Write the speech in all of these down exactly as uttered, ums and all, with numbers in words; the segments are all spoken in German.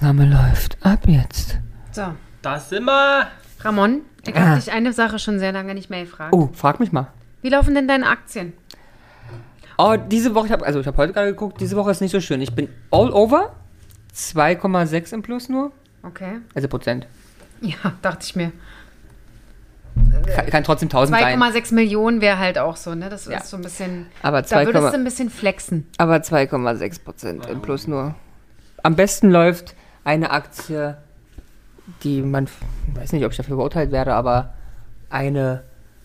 Aufnahme läuft. Ab jetzt. So. Da sind wir. Ramon, ich Ah. habe dich eine Sache schon sehr lange nicht mehr gefragt. Oh, frag mich mal. Wie laufen denn deine Aktien? Oh, diese Woche, ich hab, also ich habe heute gerade geguckt, diese Woche ist nicht so schön. Ich bin all over, zwei Komma sechs im Plus nur, Okay. also Prozent. Ja, dachte ich mir. Kann, kann trotzdem tausend zwei sein. Komma sechs Millionen wäre halt auch so, ne? Das Ja. ist so ein bisschen. Aber Da zwei würdest Komma- du ein bisschen flexen. Aber zwei Komma sechs Prozent im Plus nur. Am besten läuft eine Aktie, die man, ich weiß nicht, ob ich dafür beurteilt werde, aber eine,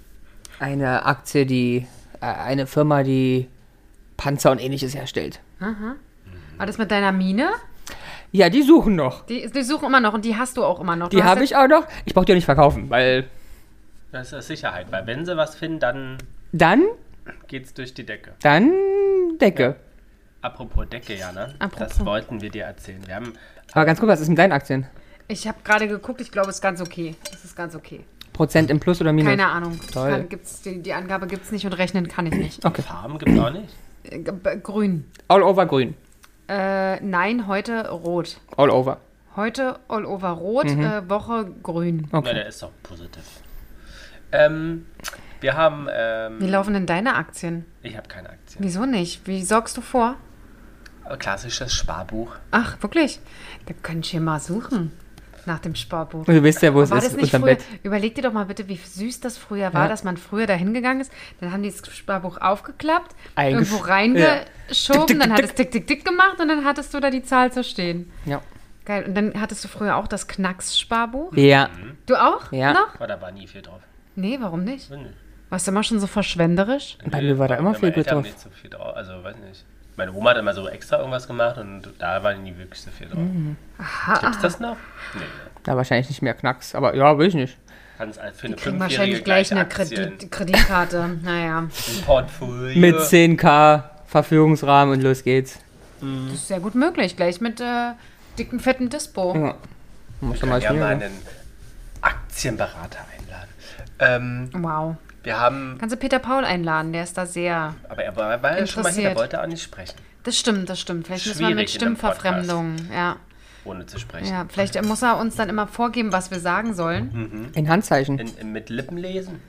eine Aktie, die, äh, eine Firma, die Panzer und ähnliches herstellt. War das mit deiner Mine? Ja, die suchen noch. Die, die suchen immer noch und die hast du auch immer noch. Du Die hast habe jetzt- ich auch noch. Ich brauche die auch nicht verkaufen, weil Das ist Sicherheit, weil wenn sie was finden, dann dann, geht's durch die Decke. dann Decke. Apropos Decke, Jana, Apropos. das wollten wir dir erzählen. Wir haben Aber ganz kurz, was ist mit deinen Aktien? Ich habe gerade geguckt, ich glaube, es ist ganz okay. Es ist ganz okay. Prozent im Plus oder Minus? Keine Ahnung. Toll. Kann, gibt's, die, die Angabe gibt es nicht und rechnen kann ich nicht. Okay. Farben gibt's auch nicht. Äh, g- Grün. All over grün. Äh, nein, heute rot. All over. Heute all over rot, äh, Woche grün. Na, Okay. der ist doch positiv. Ähm, wir haben, ähm, Wie laufen denn deine Aktien? ich habe keine Aktien. Wieso nicht? Wie sorgst du vor? Klassisches Sparbuch. Ach, wirklich? Da könnte ich hier mal suchen nach dem Sparbuch. Du weißt ja, wo es War ist, das nicht unterm früher? Bett. Überleg dir doch mal bitte, wie süß das früher war, Ja. dass man früher da hingegangen ist. Dann haben die das Sparbuch aufgeklappt, Eingef- irgendwo Ja. reingeschoben, Tick, tick, dann tick, hat es tick, tick, tick gemacht und dann hattest du da die Zahl zu stehen. Ja. Geil. Und dann hattest du früher auch das Knacks-Sparbuch. Ja. Du auch? Ja. Noch? Aber da war nie viel drauf. Nee, warum nicht? Nö. Warst du immer schon so verschwenderisch? Bei mir war da immer Meine viel Glück Eltern haben drauf. nicht so viel drauf. Also, weiß nicht. Meine Oma hat immer so extra irgendwas gemacht und da war nie wirklich so viel drauf. Mhm. Gibt's das noch? Nee, ne. Ja, wahrscheinlich nicht mehr Knacks, aber ja, will ich nicht. Kannst als für eine Kriegen Fünfjährige wahrscheinlich gleich eine Aktien, Kredit Kreditkarte. Naja, ein Portfolio. Mit zehn K Verfügungsrahmen und los geht's. das ist sehr gut möglich. Gleich mit äh, dicken, fetten Dispo. Ja. Muss Wir doch mal können ja mal spielen. einen Aktienberater einladen. Ähm, Wow. wir haben, Kannst du Peter Paul einladen? Der ist da sehr. aber er war, war ja schon mal hier, der Interessiert. wollte auch nicht sprechen, Das stimmt, das stimmt. Vielleicht müssen wir mit Schwierig in einem Stimmverfremdung. Ja. ohne zu sprechen. ja. Vielleicht muss er uns dann immer vorgeben, was wir sagen sollen. In Handzeichen. In, in, mit Lippen lesen?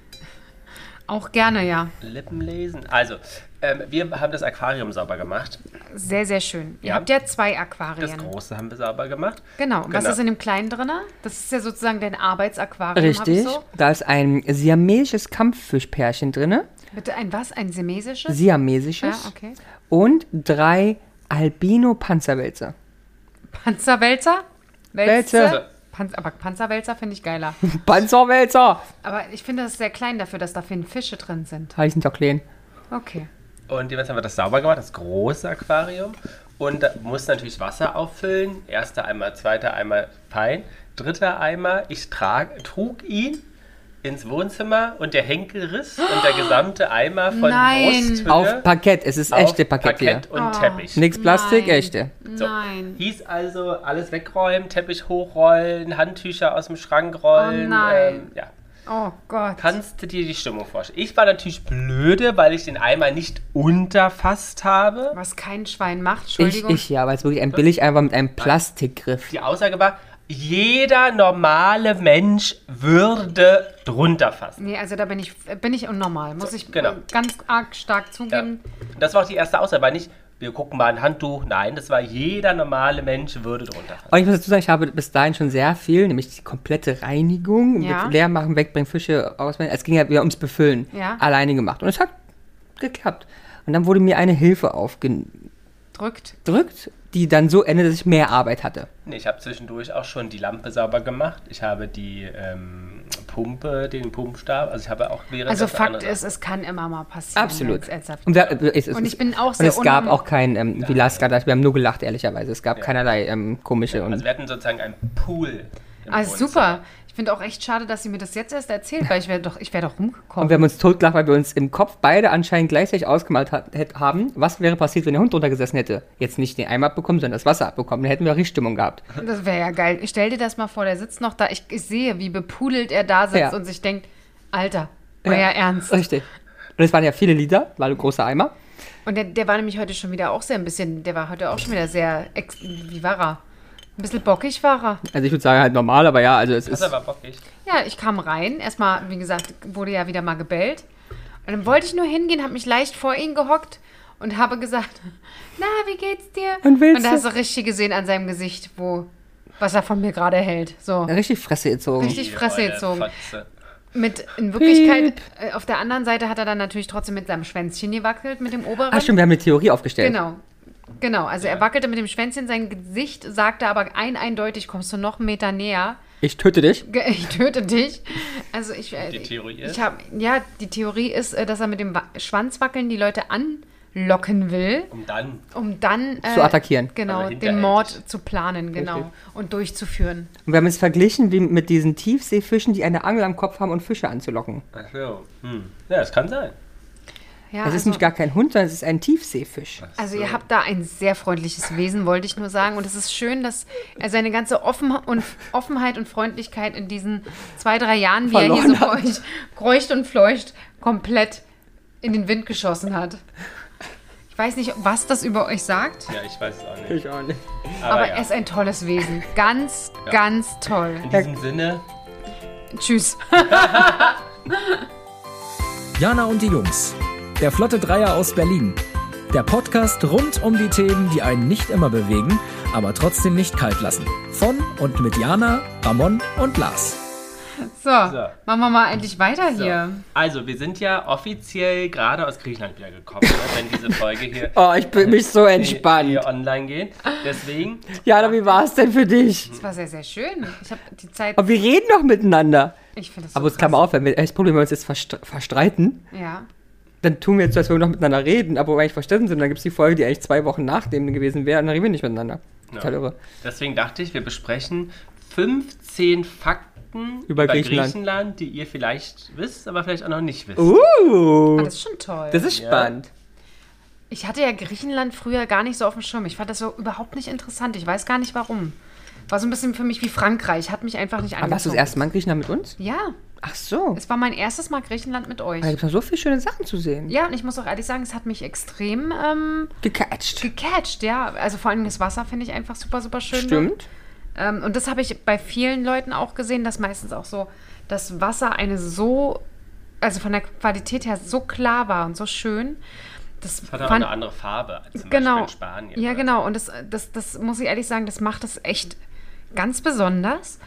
Auch gerne, ja. Lippen lesen. Also, ähm, wir haben das Aquarium sauber gemacht. Sehr, sehr schön. Ihr Ja. habt ja zwei Das Aquarien. große haben wir sauber gemacht. Genau. Und was Genau. ist in dem kleinen drin? Das ist ja sozusagen dein Arbeitsaquarium. hab ich Richtig. So. Da ist ein siamesisches Kampffischpärchen drin. Bitte ein was? Ein semesisches? Siamesisches. Ja, okay. Und drei Albino-Panzerwälzer. Panzerwälzer? Wälzer. Panz aber Panzerwälzer finde ich geiler. Panzerwälzer! Aber ich finde das sehr klein dafür, dass da viele Fische drin sind. Heißen doch klein. Okay. Und jetzt haben wir das sauber gemacht, das große Aquarium. Und da muss natürlich Wasser auffüllen. Erster Eimer, zweiter Eimer fein. Dritter Eimer, ich trag, trug ihn ins Wohnzimmer und der Henkel riss und der gesamte Eimer von Nein. Brusthöhe Auf Parkett. Es ist auf echte Parkett, Parkett hier. und Oh. Teppich. Nix Plastik, Nein. echte. So, Nein. hieß also alles wegräumen, Teppich hochrollen, Handtücher aus dem Schrank rollen. Oh nein. Ähm, ja. Oh Gott. Kannst du dir die Stimmung vorstellen? Ich war natürlich blöde, weil ich den Eimer nicht unterfasst habe. Was kein Schwein macht, Ich, Entschuldigung. ich ja, weil es wirklich ein billig einfach mit einem Plastikgriff. Die Aussage war, jeder normale Mensch würde drunter fassen. Nee, also da bin ich, bin ich unnormal. Muss ich genau. äh, ganz arg stark Ja. zugeben. Und das war auch die erste Aussage, war nicht, wir gucken mal ein Handtuch. Nein, das war jeder normale Mensch würde drunter fassen. Und ich muss dazu sagen, ich habe bis dahin schon sehr viel, nämlich die komplette Reinigung, Ja. mit Leermachen, wegbringen, Fische auswählen. Es ging ja wieder ums Befüllen. Ja. Alleine gemacht. Und es hat geklappt. Und dann wurde mir eine Hilfe aufgedrückt, Drückt. die dann so endete, dass ich mehr Arbeit hatte. Nee, ich habe zwischendurch auch schon die Lampe sauber gemacht. Ich habe die ähm, Pumpe, den Pumpstab, also ich habe auch während Also das Fakt andere- ist, es kann immer mal passieren. Absolut. wenn's ernsthaft Und, wir, es, es, Und ich bin auch und sehr es gab unnorm- auch kein, ähm, wie Lars gerade sagt, wir haben nur gelacht, ehrlicherweise. Es gab Ja. keinerlei ähm, komische. Also Und wir hatten sozusagen einen Pool im Also Wohnzimmer. super. Ich finde auch echt schade, dass sie mir das jetzt erst erzählt, weil ich wäre doch, ich wäre doch rumgekommen. Und wir haben uns totgelacht, weil wir uns im Kopf beide anscheinend gleichzeitig ausgemalt hat, hätt- haben, was wäre passiert, wenn der Hund drunter gesessen hätte. Jetzt nicht den Eimer abbekommen, sondern das Wasser abbekommen. Dann hätten wir Richtstimmung gehabt. Das wäre ja geil. Ich stell dir das mal vor, der sitzt noch da. Ich, ich sehe, wie bepudelt er da sitzt Ja. und sich denkt, Alter, euer Ernst. Richtig. Und es waren ja viele Liter, war ein großer Eimer. Und der, der war nämlich heute schon wieder auch sehr ein bisschen, der war heute auch schon wieder sehr, ex wie war er? Ein bisschen bockig war er. Also ich würde sagen halt normal, aber ja, also es Das ist... ist aber bockig. Ja, ich kam rein. Erstmal, wie gesagt, wurde ja wieder mal gebellt. Und dann wollte ich nur hingehen, habe mich leicht vor ihn gehockt und habe gesagt, na, wie geht's dir? Und willst Und da du- hast du richtig gesehen an seinem Gesicht, wo, was er von mir gerade hält. So. Richtig Fresse gezogen. Richtig Die Fresse olle gezogen. Fotze. Mit, in Wirklichkeit, äh, auf der anderen Seite hat er dann natürlich trotzdem mit seinem Schwänzchen gewackelt, mit dem oberen. Ach stimmt, wir haben eine Theorie aufgestellt. Genau. Genau, also er wackelte mit dem Schwänzchen, sein Gesicht sagte aber ein eindeutig, kommst du noch einen Meter näher, Ich töte dich. Ge- ich töte dich. Also ich, äh, Die Theorie ist? ich hab, ja, die Theorie ist, äh, dass er mit dem Wa- Schwanzwackeln die Leute anlocken will, Und dann. um dann äh, Zu attackieren. Genau, Also den hinterhältig. Mord zu planen, genau, Richtig. und durchzuführen. Und wir haben es verglichen wie mit diesen Tiefseefischen, die eine Angel am Kopf haben und Fische anzulocken. Ach so. Hm. Ja, das kann sein. Ja, Es ist also, nämlich gar kein Hund, sondern es ist ein Tiefseefisch. Also So. ihr habt da ein sehr freundliches Wesen, wollte ich nur sagen. Und es ist schön, dass er seine ganze Offen und Offenheit und Freundlichkeit in diesen zwei, drei Jahren, wie er hier so Verloren hat. kreucht, kreucht und fleucht, komplett in den Wind geschossen hat. Ich weiß nicht, was das über euch sagt, Ja, ich weiß es auch nicht. Ich auch nicht. Aber, aber ja. er ist ein tolles Wesen. Ganz, Ja. ganz toll. In diesem Sinne, Tschüss. Jana und die Jungs. Der Flotte Dreier aus Berlin. Der Podcast rund um die Themen, die einen nicht immer bewegen, aber trotzdem nicht kalt lassen. Von und mit Jana, Ramon und Lars. So, So. machen wir mal endlich weiter so. hier. Also, wir sind ja offiziell gerade aus Griechenland wieder gekommen, ne, wenn diese Folge hier Oh, ich bin mich so hier entspannt. online geht. Deswegen, Jana, wie war es denn für dich? Das war sehr, sehr schön. Ich habe die Zeit. Aber wir reden doch miteinander. Ich finde das so Aber es Klammer auf, wenn wir das Problem, wenn wir uns jetzt verstre- verstreiten, Ja. dann tun wir jetzt so, als würden wir noch miteinander reden, aber wenn wir eigentlich verstritten sind, dann gibt es die Folge, die eigentlich zwei Wochen nach dem gewesen wäre, und dann reden wir nicht miteinander. Total irre. deswegen dachte ich, wir besprechen fünfzehn Fakten Über über, Griechenland. Griechenland. die ihr vielleicht wisst, aber vielleicht auch noch nicht wisst. Uh, Ah, das ist schon toll. das ist Ja. spannend. Ich hatte ja Griechenland früher gar nicht so auf dem Schirm. Ich fand das so überhaupt nicht interessant. Ich weiß gar nicht warum. War so ein bisschen für mich wie Frankreich. Hat mich einfach nicht Aber warst du angezogen. das erste Mal in Griechenland mit uns? Ja, Ach so. es war mein erstes Mal Griechenland mit euch. Da gibt es noch so viele schöne Sachen zu sehen. Ja, und ich muss auch ehrlich sagen, es hat mich extrem ähm, Gecatcht. gecatcht, ja. Also vor allem das Wasser finde ich einfach super, super schön. Stimmt. Ähm, und das habe ich bei vielen Leuten auch gesehen, dass meistens auch so das Wasser eine so, also von der Qualität her so klar war und so schön. Das Das hat auch fand- eine andere Farbe als zum Genau. Beispiel in Spanien. Ja, oder genau. Und das, das, das muss ich ehrlich sagen, das macht es echt ganz besonders.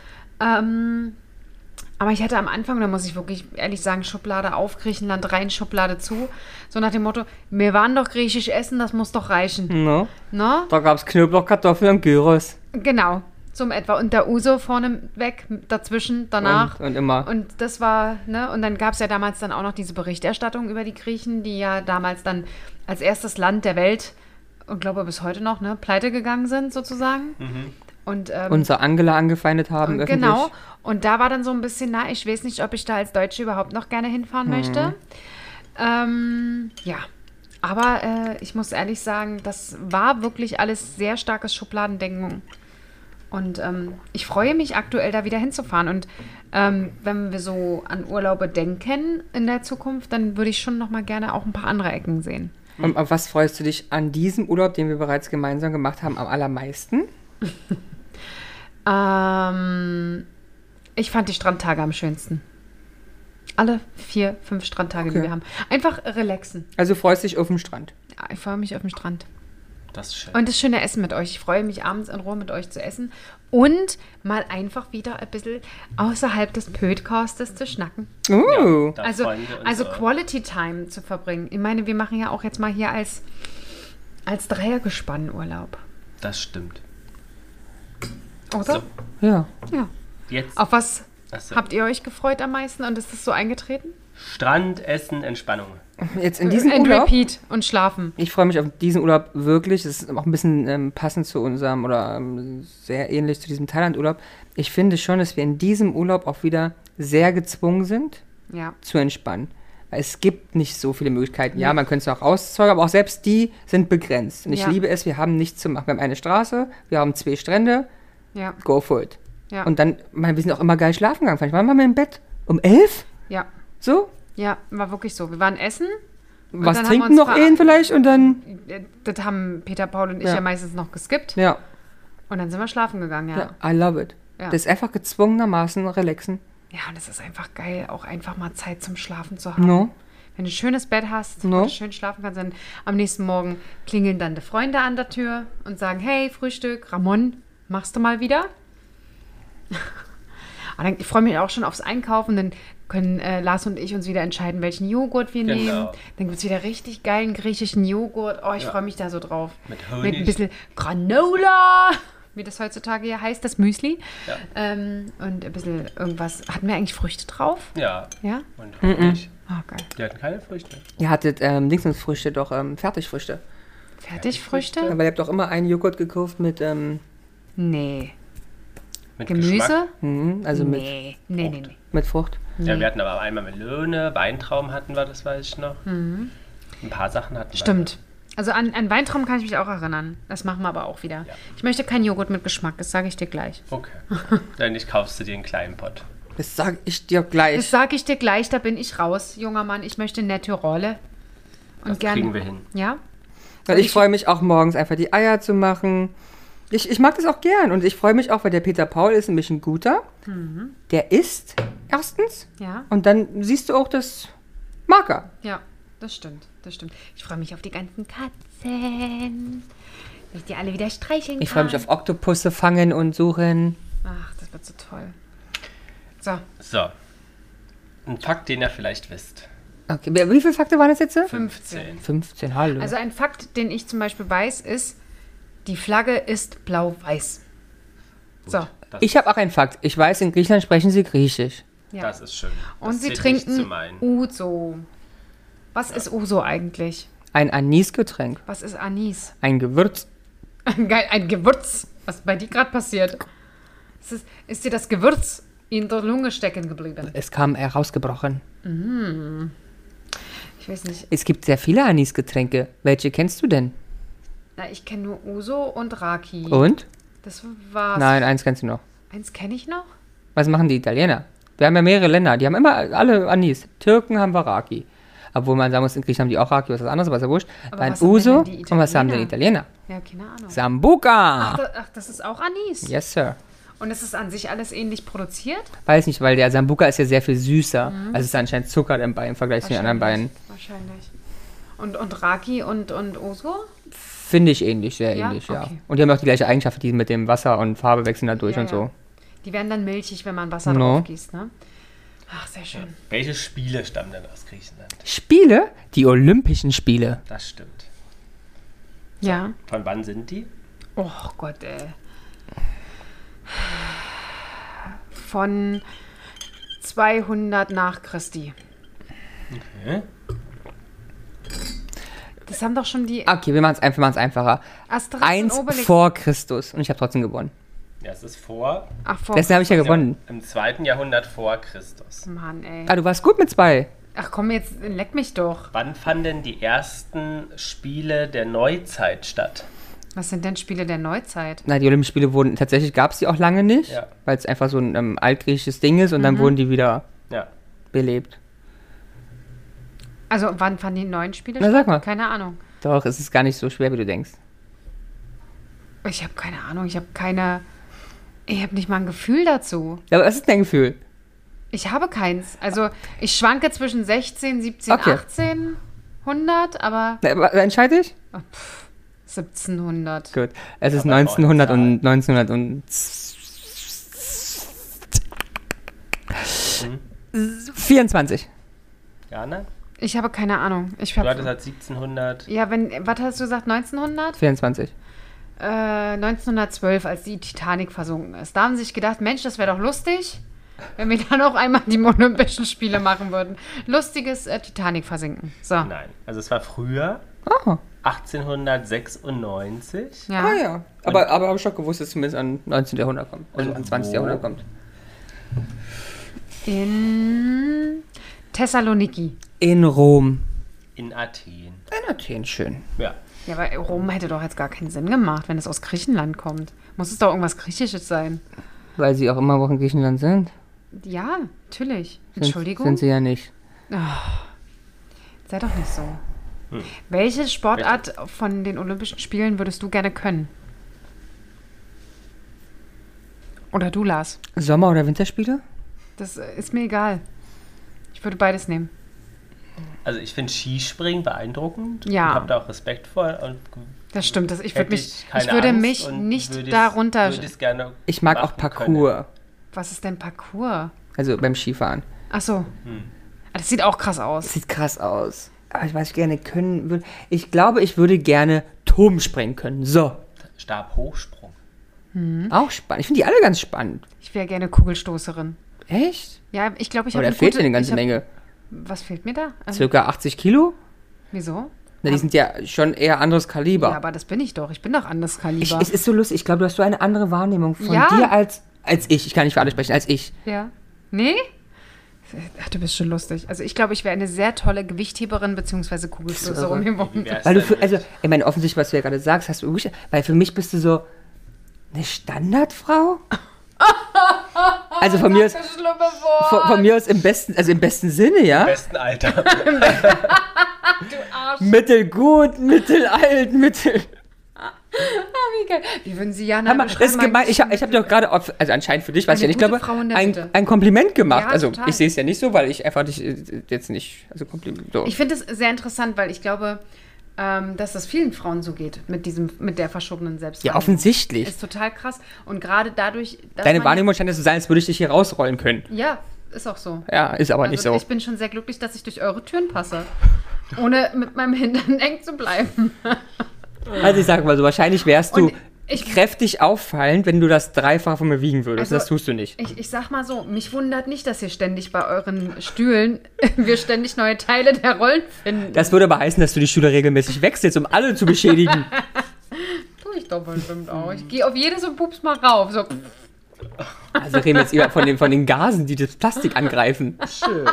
Ähm, aber ich hatte am Anfang, da muss ich wirklich ehrlich sagen, Schublade auf, Griechenland rein, Schublade zu. So nach dem Motto, wir waren doch griechisch essen, das muss doch reichen. No. Ne? Da gab es Knoblauch, Kartoffeln und Gyros. Genau, zum etwa. Und der Uso vorne weg, dazwischen, danach. Und, und immer. Und das war, ne, und dann gab es ja damals dann auch noch diese Berichterstattung über die Griechen, die ja damals dann als erstes Land der Welt, und glaube bis heute noch, ne, pleite gegangen sind sozusagen. Und, ähm, Unser Angela angefeindet haben, öffentlich. genau, und da war dann so ein bisschen, na, ich weiß nicht, ob ich da als Deutsche überhaupt noch gerne hinfahren Mhm. möchte. Ähm, ja, aber äh, ich muss ehrlich sagen, das war wirklich alles sehr starkes Schubladendenken. Und ähm, ich freue mich aktuell, da wieder hinzufahren. Und ähm, wenn wir so an Urlaube denken in der Zukunft, dann würde ich schon noch mal gerne auch ein paar andere Ecken sehen. Und auf was freust du dich an diesem Urlaub, den wir bereits gemeinsam gemacht haben, am allermeisten? Ähm, ich fand die Strandtage am schönsten. Alle vier, fünf Strandtage, die Okay. wir haben. Einfach relaxen. Also freust dich auf dem Strand. Ja, ich freue mich auf den Strand. Das ist schön. Und das schöne Essen mit euch. Ich freue mich, abends in Ruhe mit euch zu essen. Und mal einfach wieder ein bisschen außerhalb des Podcastes zu schnacken. Uh. Da Also, freuen wir uns also auch. Quality Time zu verbringen. Ich meine, wir machen ja auch jetzt mal hier als, als Dreiergespann Urlaub. Das stimmt. Oder? So, Ja. Ja. jetzt Auf was Ach so. habt ihr euch gefreut am meisten und ist das so eingetreten? Strand, Essen, Entspannung. Jetzt in diesem And Urlaub. repeat und schlafen. Ich freue mich auf diesen Urlaub wirklich. Das ist auch ein bisschen ähm, passend zu unserem oder ähm, sehr ähnlich zu diesem Thailand-Urlaub. Ich finde schon, dass wir in diesem Urlaub auch wieder sehr gezwungen sind, Ja. zu entspannen. Weil es gibt nicht so viele Möglichkeiten. Ja, man könnte es auch auszeugen, aber auch selbst die sind begrenzt. Und ich Ja. liebe es, wir haben nichts zu machen. Wir haben eine Straße, wir haben zwei Strände, Ja. go for it. Ja. Und dann, man, wir sind auch immer geil schlafen gegangen. Manchmal waren wir im Bett um elf, Ja. so. Ja, war wirklich so. Wir waren essen. Was dann haben wir trinken uns noch ver- eben vielleicht und dann, äh, Das haben Peter, Paul und ich Ja. ja, meistens noch geskippt. ja. Und dann sind wir schlafen gegangen, ja. Ja, I love it. Ja. Das ist einfach gezwungenermaßen relaxen. Ja, und es ist einfach geil, auch einfach mal Zeit zum Schlafen zu haben. No. Wenn du ein schönes Bett hast, No. wo du schön schlafen kannst, dann am nächsten Morgen klingeln dann die Freunde an der Tür und sagen, hey, Frühstück, Ramon, machst du mal wieder? Und dann, ich freue mich auch schon aufs Einkaufen, dann können äh, Lars und ich uns wieder entscheiden, welchen Joghurt wir Genau. nehmen. Dann gibt es wieder richtig geilen griechischen Joghurt. Oh, ich Ja. freue mich da so drauf. Mit Mit Honig. ein bisschen Granola, wie das heutzutage hier heißt, das Müsli. Ja. Ähm, und ein bisschen irgendwas. Hatten wir eigentlich Früchte drauf? Ja. Ja? Und Honig. Oh, geil. Die hatten keine Früchte. Ihr hattet ähm, Dingsensfrüchte, doch ähm, Fertigfrüchte. Fertigfrüchte? Ja, weil ihr habt doch immer einen Joghurt gekauft mit, ähm, Nee. Mit Gemüse? Geschmack. mhm, also mit, Nee. Nee, nee, nee. mit Frucht. Ja, wir hatten aber einmal Melone, Weintrauben hatten wir, das weiß ich noch. Ein paar Sachen hatten wir. Stimmt. Also an, an Weintrauben kann ich mich auch erinnern. Das machen wir aber auch wieder. Ja. Ich möchte keinen Joghurt mit Geschmack, das sage ich dir gleich. Okay. Dann ich kaufst du dir einen kleinen Pott. Das sag ich dir gleich. Das sage ich dir gleich, da bin ich raus, junger Mann. Ich möchte Naturole. Und Das gerne. kriegen wir hin. Ja? Weil ich freue mich auch morgens einfach die Eier zu machen. Ich, ich mag das auch gern und ich freue mich auch, weil der Peter Paul ist nämlich ein guter. Der isst erstens Ja? und dann siehst du auch das Marker. Ja, das stimmt. Das stimmt. Ich freue mich auf die ganzen Katzen. Wenn ich die alle wieder streicheln kann. Ich freue mich auf Oktopusse fangen und suchen. Ach, das wird so toll. So, So. Ein Fakt, den ihr vielleicht wisst. Okay, wer- wie viele Fakte waren das jetzt? fünfzehn. fünfzehn, hallo. Also ein Fakt, den ich zum Beispiel weiß, ist, die Flagge ist blau-weiß. So. Das, ich habe auch einen Fakt. Ich weiß, in Griechenland sprechen sie Griechisch. Ja. das ist schön. Und das sie zählt nicht zu trinken meinen. Uso. Was ist Uso eigentlich? Ein Anisgetränk. Was ist Anis? Ein Gewürz. Geil, ein Gewürz. Was bei dir gerade passiert? Ist, es, ist dir das Gewürz in der Lunge stecken geblieben? Es kam herausgebrochen. Ich weiß nicht. Es gibt sehr viele Anisgetränke. Welche kennst du denn? Na, ich kenne nur Uso und Raki. Und? Das war's. Nein, eins kennst du noch. Eins kenne ich noch? Was machen die Italiener? Wir haben ja mehrere Länder. Die haben immer alle Anis. Türken haben wir Raki. Obwohl man sagen muss, in Griechenland haben die auch Raki, was ist anderes, aber ist ja wurscht. Aber Dann was haben Uso. denn die Und was haben denn die Italiener? Ja, keine Ahnung. Sambuca. Ach, da, ach, das ist auch Anis. Yes, sir. Und es ist an sich alles ähnlich produziert? Weiß nicht, weil der Sambuca ist ja sehr viel süßer. Also es ist anscheinend Zucker im, Bein, im Vergleich zu den anderen beiden. Wahrscheinlich. Und, und Raki und, und Uso? Finde ich ähnlich, sehr Ja? ähnlich, ja. Okay. Und die haben auch die gleiche Eigenschaft, die mit dem Wasser und Farbe wechseln dadurch Ja, und ja. so. Die werden dann milchig, wenn man Wasser No. drauf gießt, ne? Ach, sehr schön. Welche Spiele stammen denn aus Griechenland? Spiele? Die Olympischen Spiele. Das stimmt. Ja. Von wann sind die? Oh Gott, ey. Von zweihundert nach Christi. Okay. Das haben doch schon die Okay, wir machen es einfach, wir machen's einfacher. Asterix Eins und Obelix. vor Christus. Und ich habe trotzdem gewonnen. Ja, es ist vor Ach, vor Deswegen habe ich ja gewonnen. im zweiten Jahrhundert vor Christus. Mann, ey. Ah, du warst gut mit zwei. Ach komm, jetzt leck mich doch. Wann fanden die ersten Spiele der Neuzeit statt? Was sind denn Spiele der Neuzeit? Na, die Olympischen Spiele wurden, tatsächlich gab es die auch lange nicht, Ja. weil es einfach so ein ähm, altgriechisches Ding ist und Mhm. dann wurden die wieder Ja. belebt. Also wann fanden die neuen Spiele Na, statt? sag mal. Keine Ahnung. Doch, es ist gar nicht so schwer, wie du denkst. Ich habe keine Ahnung. Ich habe keine... Ich habe nicht mal ein Gefühl dazu. Ja, aber was ist dein Gefühl? Ich habe keins. Also ich schwanke zwischen sechzehn, siebzehn, Okay. achtzehn, hundert, aber Na, aber entscheide ich? siebzehnhundert. Gut. Es ist Aber neunzehnhundert neue und neunzehnhundert und vierundzwanzig. Jana? Ich habe keine Ahnung. Ich Du hattest hab, halt siebzehnhundert. ja, wenn, was hast du gesagt, neunzehnhundert? vierundzwanzig. Äh, neunzehnhundertzwölf, als die Titanic versunken ist. Da haben sie sich gedacht, Mensch, das wäre doch lustig, wenn wir dann auch einmal die Olympischen Spiele machen würden. Lustiges äh, Titanic versinken. So. Nein, also es war früher, Ah, achtzehnhundertsechsundneunzig. Ja. ah ja. Aber, aber habe ich schon gewusst, dass es zumindest an neunzehnten. Jahrhundert kommt. Also Und an zwanzigsten. wo? Jahrhundert kommt. In Thessaloniki. In Rom. In Athen. In Athen, schön. Ja. Ja, aber Rom hätte doch jetzt gar keinen Sinn gemacht, wenn es aus Griechenland kommt. Muss es doch irgendwas Griechisches sein. Weil sie auch immer noch in Griechenland sind. Ja, natürlich. Sind, Entschuldigung. Sind sie ja nicht. Sei doch nicht so. Welche Sportart von den Olympischen Spielen würdest du gerne können? Oder du, Lars. Sommer- oder Winterspiele? Das äh, ist mir egal. Ich würde beides nehmen. Also ich finde Skispringen beeindruckend. Ja. Ich habe da auch Respekt vor. Und Das stimmt. Das, ich, würd hätte mich, keine ich würde Angst mich und nicht würde es- darunter... würde es gerne Ich mag auch machen Parcours. können. Was ist denn Parcours? Also beim Skifahren. Ach so. Hm. Ah, das sieht auch krass aus. Sieht krass aus. Aber ich weiß gerne können würde. Ich glaube, ich würde gerne Turm springen können. So. Stabhochsprung. Auch spannend. Ich finde die alle ganz spannend. Ich wäre gerne Kugelstoßerin. Echt? Ja, ich glaube, ich Aber habe da fehlt dir eine ganze ich hab, Menge. Was fehlt mir da? Ähm, Circa achtzig Kilo? wieso? Na, die sind ja schon eher anderes Kaliber. Ja, aber das bin ich doch. Ich bin doch anderes ich, Kaliber. es ist so lustig. Ich glaube, du hast so eine andere Wahrnehmung von Ja. dir als, als ich. Ich kann nicht für alle sprechen, als ich. ja. Nee? Ach, du bist schon lustig. Also ich glaube, ich wäre eine sehr tolle Gewichtheberin bzw. Kugelstoßerin Wie geworden. wär's Weil du denn für, mit- also, ich meine, offensichtlich, was du ja gerade sagst, hast du wirklich, weil für mich bist du so eine Standardfrau? Also von mir aus, Das schlimme Wort. von, von mir aus im besten, also im besten Sinne, ja? besten Alter. Mittelgut, mittelalt, mittel. Wie geil. Wie würden Sie Jana Hör mal, das ist beschreiben? gemein. Ich habe ich hab dir doch gerade, auf- also anscheinend für dich, weiß ich ja Eine nicht, gute glaube Frau in der ein, Mitte. ein Kompliment gemacht. Ja, also total. ich sehe es ja nicht so, weil ich einfach nicht, äh, jetzt nicht, also Kompliment, so. Ich finde es sehr interessant, weil ich glaube, ähm, dass das vielen Frauen so geht mit diesem, mit der verschobenen Ja, Selbstwahrnehmung. offensichtlich. Ist total krass. Und gerade dadurch, dass Deine man Wahrnehmung scheint es zu sein, als würde ich dich hier rausrollen können. Ja, ist auch so. Ja, ist aber nicht Also so. ich bin schon sehr glücklich, dass ich durch eure Türen passe. Ohne mit meinem Hintern eng zu bleiben. Also ich sage mal so, wahrscheinlich wärst du Und ich- kräftig auffallend, wenn du das Dreifach von mir wiegen würdest. Also, das tust du nicht. Ich, ich sag mal so, mich wundert nicht, dass ihr ständig bei euren Stühlen, wir ständig neue Teile der Rollen finden. Das würde aber heißen, dass du die Schüler regelmäßig wechselst, um alle zu beschädigen. tue ich doch bestimmt auch. Ich gehe auf jedes und pups mal rauf. So. Also reden wir jetzt eher von den, von den Gasen, die das Plastik angreifen. Schön.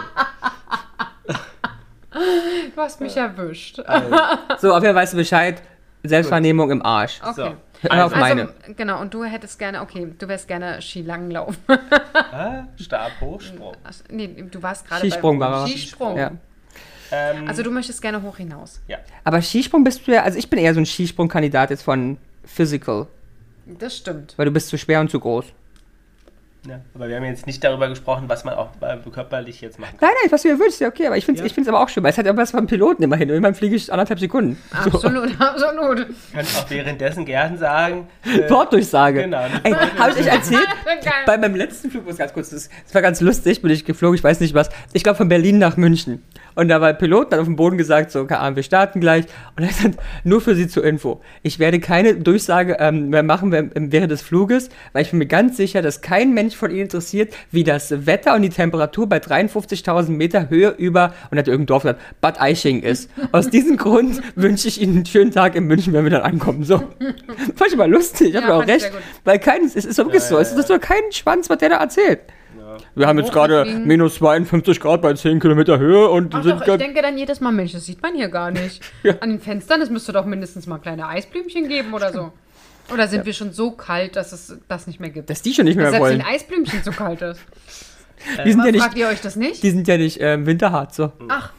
Du hast mich erwischt. So, auf jeden Fall weißt du Bescheid. Selbstwahrnehmung im Arsch. Okay. So. Hör auf Also, meine. Also, genau, und du hättest gerne, okay, du wärst gerne Skilanglauf. Ah, Stabhochsprung. Ach, nee, du warst gerade Skisprung, bei Barbara. Skisprung. Ja. Ähm, Also du möchtest gerne hoch hinaus. ja. Aber Skisprung bist du ja, also ich bin eher so ein Skisprungkandidat jetzt von Physical, Das stimmt. weil du bist zu schwer und zu groß. Ja, aber wir haben jetzt nicht darüber gesprochen, was man auch äh, körperlich jetzt machen kann. Nein, nein, was du dir wünschst, ja okay, aber ich finde es Ja. aber auch schön, weil es hat ja was beim Piloten immerhin. Irgendwann fliege ich anderthalb Sekunden. So. Absolut, absolut. Ich kann auch währenddessen gern sagen. Äh, Wortdurchsage. Genau. Ey, habe ich euch erzählt? Geil. Bei meinem letzten Flug, muss ganz kurz, das, das war ganz lustig, bin ich geflogen, ich weiß nicht was. Ich glaube von Berlin nach München. Und da war der Pilot, dann auf dem Boden gesagt, so, keine Ahnung, wir starten gleich. Und er sagt, nur für Sie zur Info, ich werde keine Durchsage ähm, mehr machen während während des Fluges, weil ich bin mir ganz sicher, dass kein Mensch von Ihnen interessiert, wie das Wetter und die Temperatur bei dreiundfünfzigtausend Meter Höhe über, und er hat irgendein Dorf gesagt, Bad Aiching ist. Aus diesem Grund wünsche ich Ihnen einen schönen Tag in München, wenn wir dann ankommen. So. Fand ich mal lustig, ich habe Ja, auch fand ich recht, sehr gut. weil kein, es ist doch wirklich Ja, so, ja, es ist doch kein Schwanz, was der da erzählt. Ja. Wir haben jetzt gerade Hochgeflogen. minus zweiundfünfzig Grad bei zehn Kilometer Höhe und Ach sind doch, ich grad- denke dann jedes Mal, Mensch, das sieht man hier gar nicht. Ja. An den Fenstern, es müsste doch mindestens mal kleine Eisblümchen geben oder so. Oder sind wir schon so kalt, dass es das nicht mehr gibt? dass die schon nicht mehr Dass selbst wollen. ein Eisblümchen zu kalt ist. Die sind ja Fragt nicht, ihr euch das nicht? die sind ja nicht ähm, winterhart, so. Ach,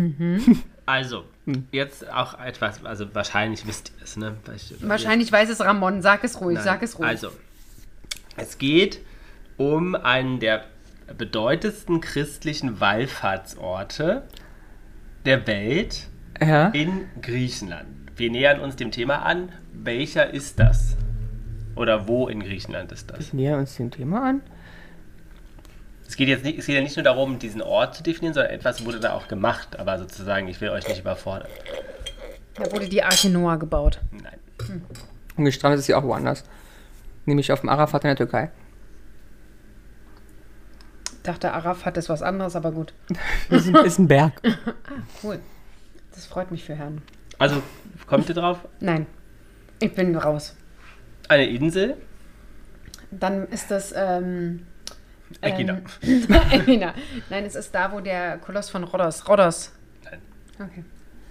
Also, jetzt auch etwas, also wahrscheinlich wisst ihr es, ne? Weil ich- wahrscheinlich weiß es Ramon. Sag es ruhig, Nein. sag es ruhig. Also, es geht um einen der bedeutendsten christlichen Wallfahrtsorte der Welt Ja. in Griechenland. Wir nähern uns dem Thema an. Welcher ist das? Oder wo in Griechenland ist das? Wir nähern uns dem Thema an. Es geht jetzt nicht, es geht ja nicht nur darum, diesen Ort zu definieren, sondern etwas wurde da auch gemacht. Aber sozusagen, ich will euch nicht überfordern. Da wurde die Arche Noah gebaut. Nein. Und gestrandet ist sie auch woanders. Nämlich auf dem Arafat in der Türkei. Ich dachte, Arafat ist was anderes, aber gut. Das ist, ist ein Berg. Cool. Das freut mich für Herrn. Also, kommt ihr drauf? Nein, ich bin raus. Eine Insel? Dann ist das, ähm... Ägina. Ähm, Ägina. Nein, es ist da, wo der Koloss von Rhodos... Rhodos. Nein. Okay.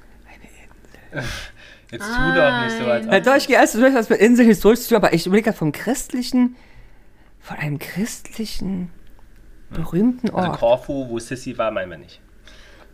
Jetzt tu doch nicht so, als Äh, ob. doch, ich gehe erst durch, was mit Insel historisch zu tun, aber ich überlege gerade vom christlichen, von einem christlichen, berühmten Also Ort. Korfu, wo Sissi war, meinen wir nicht.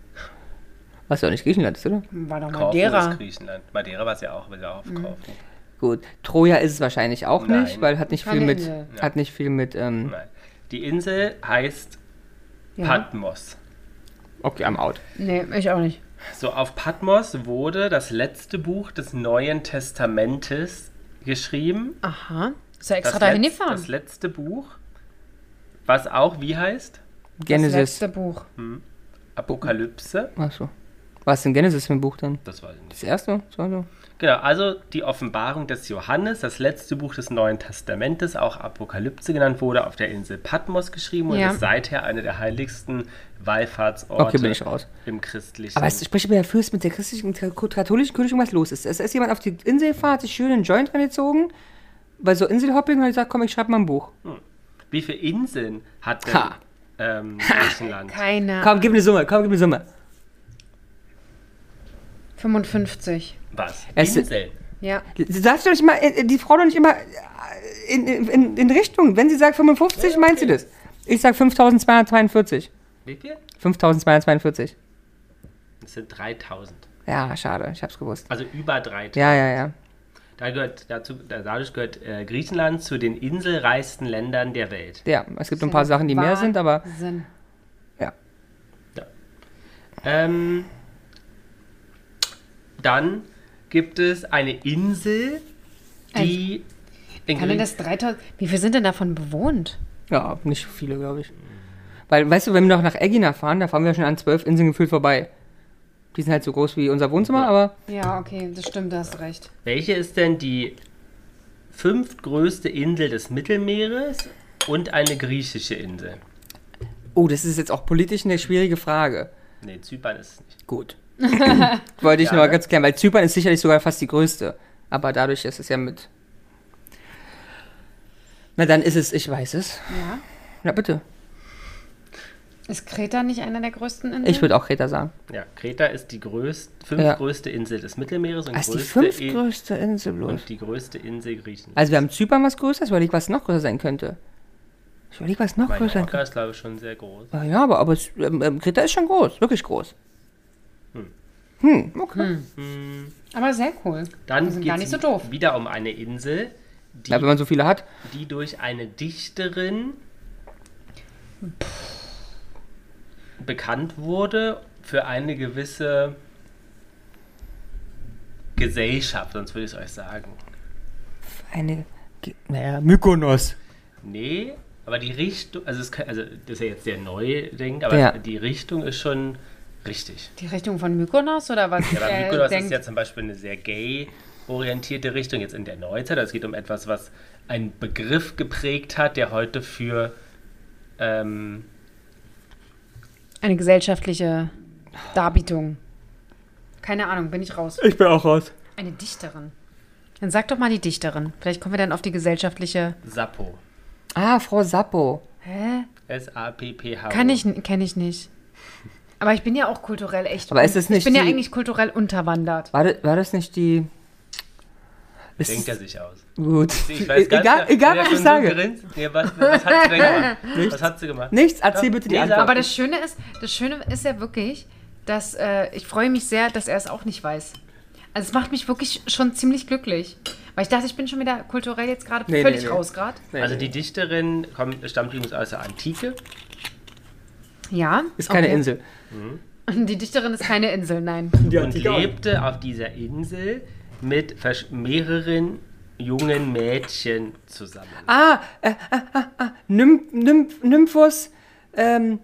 Was ja auch nicht Griechenland ist, oder? War doch Korfu Madeira. ist Griechenland. Madeira war es ja auch, war ja auch auf Korfu. Gut. Troja ist es wahrscheinlich auch Nein. nicht, weil hat nicht Keine viel mit, Insel. hat nicht viel mit, ähm, Nein. Die Insel heißt Ja. Patmos. okay, I'm out. Nee, ich auch nicht. So, auf Patmos wurde das letzte Buch des Neuen Testamentes geschrieben. Aha. Ist er extra das, dahin Letz-, gefahren? das letzte Buch, was auch, wie heißt? Das Genesis. letzte Buch. Apokalypse. Achso. Was ist denn Genesis für ein Buch dann? Das weiß ich nicht. Das erste? Das zweite? Genau, also die Offenbarung des Johannes, das letzte Buch des Neuen Testamentes, auch Apokalypse genannt, wurde auf der Insel Patmos geschrieben und Ja. ist seither eine der heiligsten Wallfahrtsorte Okay, bin ich raus. im christlichen. Aber es spricht mir ja fürst mit der christlichen, mit der katholischen Kirche, was los ist. Es ist jemand auf die Insel gefahren, hat sich schön einen Joint reingezogen, weil so Inselhopping, und hat gesagt, komm, ich schreibe mal ein Buch. Wie viele Inseln hat denn Ha. ähm, Griechenland? Keine. Komm, gib mir eine Summe, komm, gib mir eine Summe. fünfundfünfzig. Was? Es- Inseln? Ja. Sagst du nicht mal, äh, die Frau doch nicht immer in, in, in, in Richtung. Wenn sie sagt fünfundfünfzig, Ja, meint sie okay. das. Ich sag fünftausendzweihundertzweiundvierzig. Wie viel? fünftausendzweihundertzweiundvierzig. Das sind dreitausend. Ja, schade, ich hab's gewusst. Also über dreitausend. Ja, ja, ja. Da gehört, dazu, da- dadurch gehört äh, Griechenland zu den inselreichsten Ländern der Welt. Ja, es gibt ein paar Sachen, die mehr sind, aber Wahnsinn. ja. Ähm, dann gibt es eine Insel, die in Kann denn Grie- das dreitausend. Wie viel sind denn davon bewohnt? Ja, nicht viele, glaube ich. Weil, weißt du, wenn wir noch nach Egina fahren, da fahren wir schon an zwölf Inseln gefühlt vorbei. Die sind halt so groß wie unser Wohnzimmer, aber Ja, okay, das stimmt, da hast du recht. Welche ist denn die fünftgrößte Insel des Mittelmeeres und eine griechische Insel? oh, das ist jetzt auch politisch eine schwierige Frage. Nee, Zypern ist es nicht. Gut. Wollte ich Ja, nur mal ne? ganz klären, weil Zypern ist sicherlich sogar fast die größte. Aber dadurch ist es ja mit. Na, dann ist es, ich weiß es. Ja. Na, bitte. Ist Kreta nicht einer der größten Inseln? Ich würde auch Kreta sagen. Ja, Kreta ist die größte, fünftgrößte Insel des Mittelmeeres und Das ist die größte I- fünftgrößte Insel bloß. und die größte Insel Griechenlands. Also wir haben Zypern was Größeres, ich überlege, was noch größer sein könnte. Ich überlege, was noch größer sein Mallorca könnte. ist, glaube ich, schon sehr groß. Ah, ja, aber, aber es, ähm, ähm, Kreta ist schon groß, wirklich groß. Hm, okay. Aber sehr cool. Dann Die sind geht gar nicht so doof. wieder um eine Insel, die, Ja, wenn man so viele hat. die durch eine Dichterin bekannt wurde für eine gewisse Gesellschaft, sonst würde ich es euch sagen. Eine, Ge- naja, Mykonos. Nee, aber die Richtung, also, es, kann- also das ist ja jetzt der neue Ding, aber Ja. die Richtung ist schon richtig. Die Richtung von Mykonos oder was? Ja, aber er Mykonos denkt? ist ja zum Beispiel eine sehr gay-orientierte Richtung, jetzt in der Neuzeit. Also es geht um etwas, was einen Begriff geprägt hat, der heute für ähm, Eine gesellschaftliche Darbietung. Keine Ahnung, bin ich raus. Ich bin auch raus. Eine Dichterin. Dann sag doch mal die Dichterin. Vielleicht kommen wir dann auf die gesellschaftliche. Sappo. Ah, Frau Sappo. Hä? S A P P H O. Kann ich, kenne ich nicht. Aber ich bin ja auch kulturell echt. Aber ist es nicht Ich bin ja die- eigentlich kulturell unterwandert. War das, war das nicht die... Ist Denkt er sich aus. Gut. Ich weiß ganz egal, genau- egal Ja, was schon ich so sage. gerinst. Nee, was, was hat sie denn gemacht? Was hat sie gemacht? Nichts, erzähl Doch, bitte die nee, Antwort. sag- Aber das Schöne ist, das Schöne ist ja wirklich, dass äh, ich freue mich sehr, dass er es auch nicht weiß. Also es macht mich wirklich schon ziemlich glücklich. Weil ich dachte, ich bin schon wieder kulturell jetzt gerade Nee, völlig nee, nee. raus gerade. Nee, Also nee. die Dichterin kommt, stammt übrigens aus der Antike. Ja. Ist keine okay. Insel. Die Dichterin ist keine Insel, nein. und lebte auf dieser Insel mit versch- mehreren jungen Mädchen zusammen. Ah, äh, äh, äh, äh, Nymph, Nymph, Nymphos, ähm,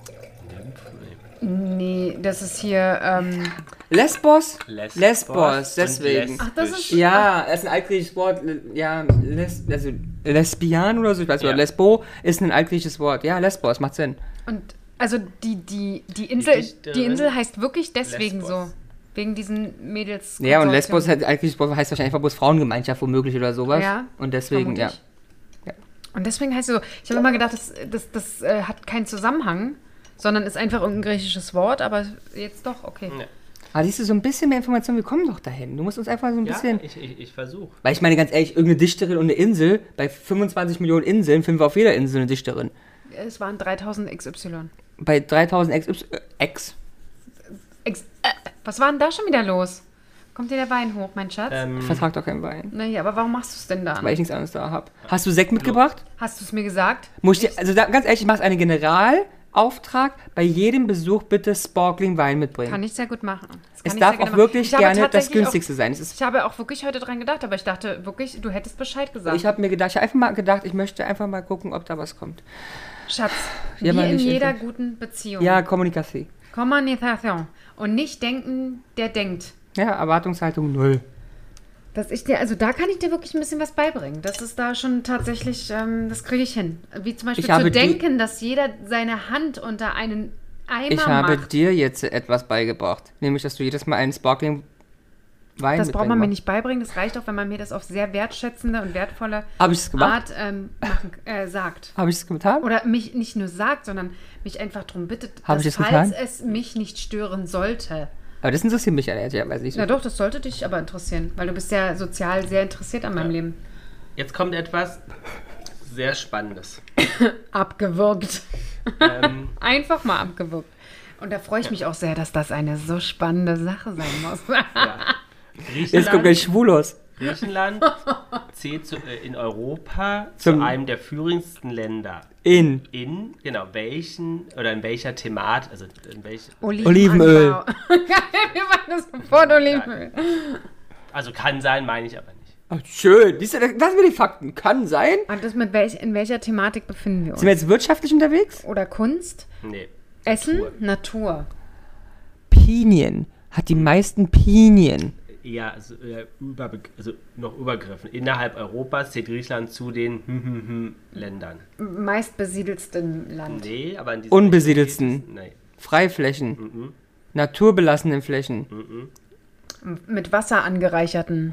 Nee, das ist hier, ähm, Lesbos? Lesbos Lesbos, und deswegen. Ach, das ist- Ja, es ist ein altgriechisches Wort. Ja, Les, also Lesbian oder so, ich weiß nicht, Ja. oder Lesbo ist ein altgriechisches Wort. Ja, Lesbos, macht Sinn. und also die, die, die Insel, die, Dichterin Insel heißt wirklich deswegen Lesbos. so. Wegen diesen Mädels. Ja, und Konsortium. Lesbos halt, altgriechisches Wort heißt wahrscheinlich einfach bloß Frauengemeinschaft womöglich oder sowas. Ja, Und deswegen, ja. vermutlich. Und deswegen heißt es so, ich habe immer gedacht, das, das, das äh, hat keinen Zusammenhang, sondern ist einfach irgendein griechisches Wort, aber jetzt doch, okay. Ja. Aber siehst du, so ein bisschen mehr Informationen, wir kommen doch dahin. Du musst uns einfach so ein Ja, bisschen... ich, ich, ich versuche. Weil ich meine, ganz ehrlich, irgendeine Dichterin und eine Insel, bei fünfundzwanzig Millionen Inseln finden wir auf jeder Insel eine Dichterin. Es waren dreitausend X Y. Bei dreitausend X Y... Äh, X. X äh, was war denn da schon wieder los? Kommt dir der Wein hoch, mein Schatz? Ähm, Ich vertrag doch keinen Wein, Naja, aber warum machst du es denn dann? weil ich nichts anderes da habe. Hast du Sekt mitgebracht? Hast du es mir gesagt? Muss ich dir, also da, ganz ehrlich, ich mache einen Generalauftrag, bei jedem Besuch bitte Sparkling Wein mitbringen. Kann ich sehr gut machen. Das kann es ich darf sehr gerne auch machen. wirklich Ich habe gerne das tatsächlich günstigste sein. Es ist, Auch, ich habe auch wirklich heute dran gedacht, aber ich dachte wirklich, du hättest Bescheid gesagt. ich habe mir gedacht, ich habe einfach mal gedacht, ich möchte einfach mal gucken, ob da was kommt. Schatz, Ja, wie mal in nicht jeder einfach- guten Beziehung. Ja, Kommunikation. Kommunikation. Und nicht denken, der denkt. Ja, Erwartungshaltung null. Dass ich dir, also da kann ich dir wirklich ein bisschen was beibringen. Das ist da schon tatsächlich, ähm, das kriege ich hin. Wie zum Beispiel Ich habe zu die- denken, dass jeder seine Hand unter einen Eimer Ich habe macht. dir jetzt etwas beigebracht. Nämlich, dass du jedes Mal einen Sparkling Wein Das braucht man mir mitbringen nicht beibringen. Das reicht auch, wenn man mir das auf sehr wertschätzende und wertvolle machst. Habe ich es gemacht? Art ähm, machen, äh, sagt. Habe ich es getan? Oder mich nicht nur sagt, sondern mich einfach darum bittet, Hab dass ich das falls getan? es mich nicht stören sollte. Aber das interessiert mich ehrlicherweise nicht so. Na doch, das sollte dich aber interessieren, weil du bist ja sozial sehr interessiert an meinem Ja. Leben. Jetzt kommt etwas sehr Spannendes. Abgewürgt. ähm, Einfach mal abgewürgt. Und da freue ich mich auch sehr, dass das eine so spannende Sache sein muss. ja. Jetzt kommt gleich Schwulos. Griechenland zählt zu, äh, in Europa Zum- zu einem der führendsten Länder. In. In, genau, welchen oder in welcher Thematik, also in welch, Olivenöl. Anbau. Wir machen das sofort Olivenöl. also kann sein, meine ich aber nicht. Ach, schön. Siehst du, das sind wir die Fakten. Kann sein. Und das mit welch, in welcher Thematik befinden wir uns? Sind wir jetzt wirtschaftlich unterwegs? Oder Kunst? Nee. Essen? Natur. Natur. Pinien. Hat die meisten Pinien. Eher also, äh, über, also noch übergriffen. Innerhalb Europas zählt Griechenland zu den hm, hm, hm Ländern. Meist besiedelsten Land. Nee, aber in diesem Unbesiedelsten. Nee. Freiflächen. Mhm. Naturbelassenen Flächen. Mhm. Mit Wasser angereicherten.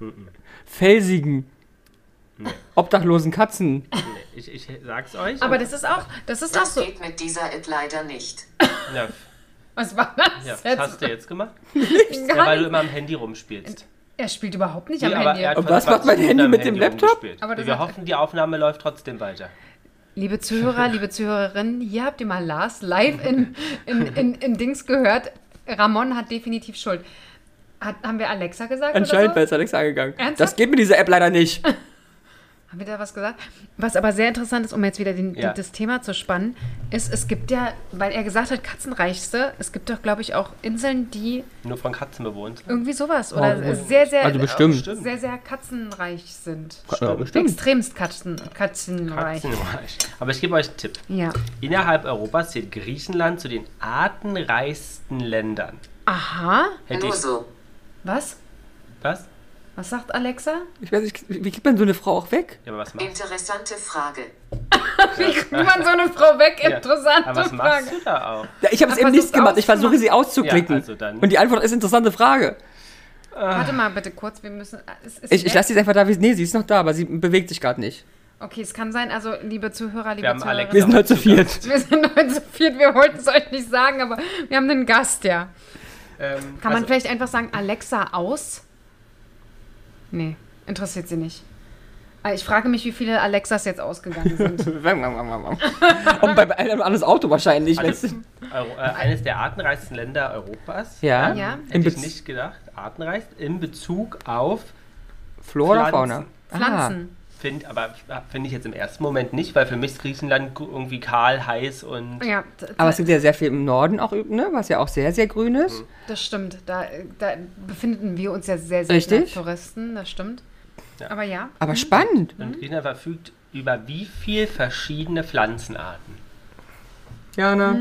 Felsigen. Nee. Obdachlosen Katzen. Nee. Ich, ich sag's euch. Aber das ist auch, das ist auch Das so. geht mit dieser It leider nicht. Ja, Was war das ja, was jetzt? hast du jetzt gemacht? Gar Ja, weil du nicht. immer am Handy rumspielst. Er spielt überhaupt nicht Nee, am aber Handy. er hat Und vor was macht mein zwanzig Handy Minuten mit am dem Laptop? rumgespielt. Aber das Wir hat- hoffen, die Aufnahme läuft trotzdem weiter. Liebe Zuhörer, liebe Zuhörerinnen, hier habt ihr mal Lars live in, in, in, in Dings gehört. Ramon hat definitiv Schuld. Hat, haben wir Alexa gesagt Anscheinend oder wäre es Alex angegangen. Ernsthaft? Das geht mit dieser App leider nicht. so? Haben wir da was gesagt? Was aber sehr interessant ist, um jetzt wieder den, Ja. das Thema zu spannen, ist, es gibt ja, weil er gesagt hat, Katzenreichste, es gibt doch, glaube ich, auch Inseln, die Nur von Katzen bewohnt. irgendwie sowas oder Oh, sehr, sehr, Also bestimmt. stimmt. sehr, sehr katzenreich sind. Ja, bestimmt. Extremst Katzen, katzenreich. Katzenreich. Aber ich gebe euch einen Tipp. Ja. Innerhalb Europas zählt Griechenland zu den artenreichsten Ländern. Aha. Hätte Nur ich. so. Was? Was? Was sagt Alexa? Ich weiß nicht, wie kriegt man so eine Frau auch weg? Ja, aber was machst Interessante Frage. Wie kriegt man so eine Frau weg? Ja. Interessante Aber was Frage. machst du da auch? Ja, ich habe es Ach, eben nicht versuch's gemacht. Ich versuche auszumachen. sie auszuklicken. Ja, also dann- Und die Antwort ist interessante Frage. Warte mal bitte kurz, wir müssen. Es ist Ich, ich wer- lasse sie einfach da. Wie, nee, sie ist noch da, aber sie bewegt sich gerade nicht. Okay, es kann sein, also liebe Zuhörer, liebe Wir haben Alex- Wir Zuhörerinnen. sind heute zu viert. Wir sind heute zu viert, wir wollten es euch nicht sagen, aber wir haben einen Gast, ja. Ähm, Kann man also, vielleicht einfach sagen, Alexa aus? Nee, interessiert sie nicht. Ah, Ich frage mich, wie viele Alexas jetzt ausgegangen sind. Und bei einem alles Auto wahrscheinlich. Also, wenn's- Euro, äh, eines der artenreichsten Länder Europas. Ja. Ja. Hätte In ich Bez- nicht gedacht. Artenreich in Bezug auf Flora, Pflanzen. Fauna. Pflanzen. Finde aber finde ich jetzt im ersten Moment nicht, weil für mich ist Griechenland irgendwie kahl, heiß und Ja, d- Aber es gibt ja sehr viel im Norden auch, ne, was ja auch sehr, sehr grün ist. das stimmt. Da, da befinden wir uns ja sehr, sehr Richtig. Touristen, das stimmt. Ja. Aber ja. Aber spannend. und Griechenland verfügt über wie viel verschiedene Pflanzenarten? Jana.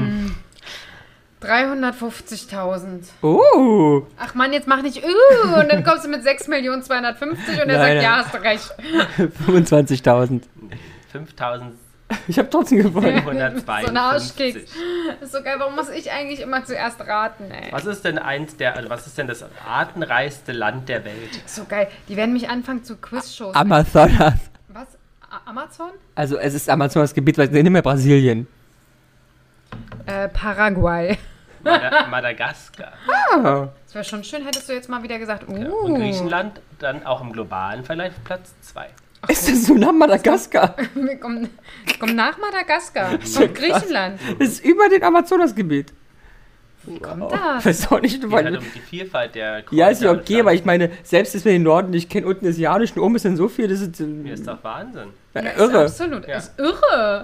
dreihundertfünfzigtausend. Oh. Ach Mann, jetzt mach nicht uh, und dann kommst du mit sechs Millionen zweihundertfünfzig und er Nein, sagt, ja, nein. hast du recht. fünfundzwanzigtausend. fünftausendsiebenhundertzweiundfünfzig. Ich habe trotzdem gewonnen. So ein Arschkeks. Das ist so geil, warum muss ich eigentlich immer zuerst raten, ey? Was ist denn eins der, also was ist denn das artenreichste Land der Welt? So geil. Die werden mich anfangen zu Quizshows. Amazonas. Was? A Amazon? Also es ist Amazonas-Gebiet, weil es nicht mehr Brasilien. Äh, Paraguay. Mada Madagaskar. Ah. Das wäre schon schön, hättest du jetzt mal wieder gesagt, uh. Ja. Und Griechenland dann auch im globalen Vergleich Platz zwei. Ist das so nach Madagaskar? Wir kommen, wir kommen nach Madagaskar. Kommt Griechenland. Das ist über den Amazonas-Gebiet. Wie kommt Ich das? weiß auch nicht, Geht weil, halt um die Vielfalt der ja, ist ja Kräuter und okay, aber ich Pflanzen. meine, selbst dass wir den Norden nicht kennen, unten ist Janisch und oben ist dann so viel, das ist, Mir ist doch Wahnsinn. äh, Ja, irre. Ist absolut. Ja. Ist irre.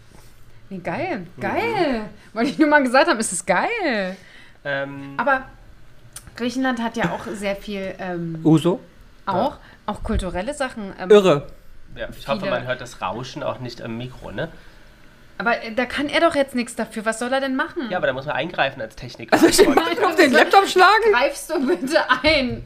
Wie geil. Geil. Wollte ich nur mal gesagt haben, ist es geil. Ähm, Aber Griechenland hat ja auch sehr viel, ähm, Uso? auch, auch kulturelle Sachen. Ähm, Irre. ja, ich hoffe, viele- man hört das Rauschen auch nicht am Mikro, ne? Aber äh, da kann er doch jetzt nichts dafür. Was soll er denn machen? Ja, aber da muss man eingreifen als Techniker. Also ich meine, auf den Laptop schlagen? Greifst du bitte ein?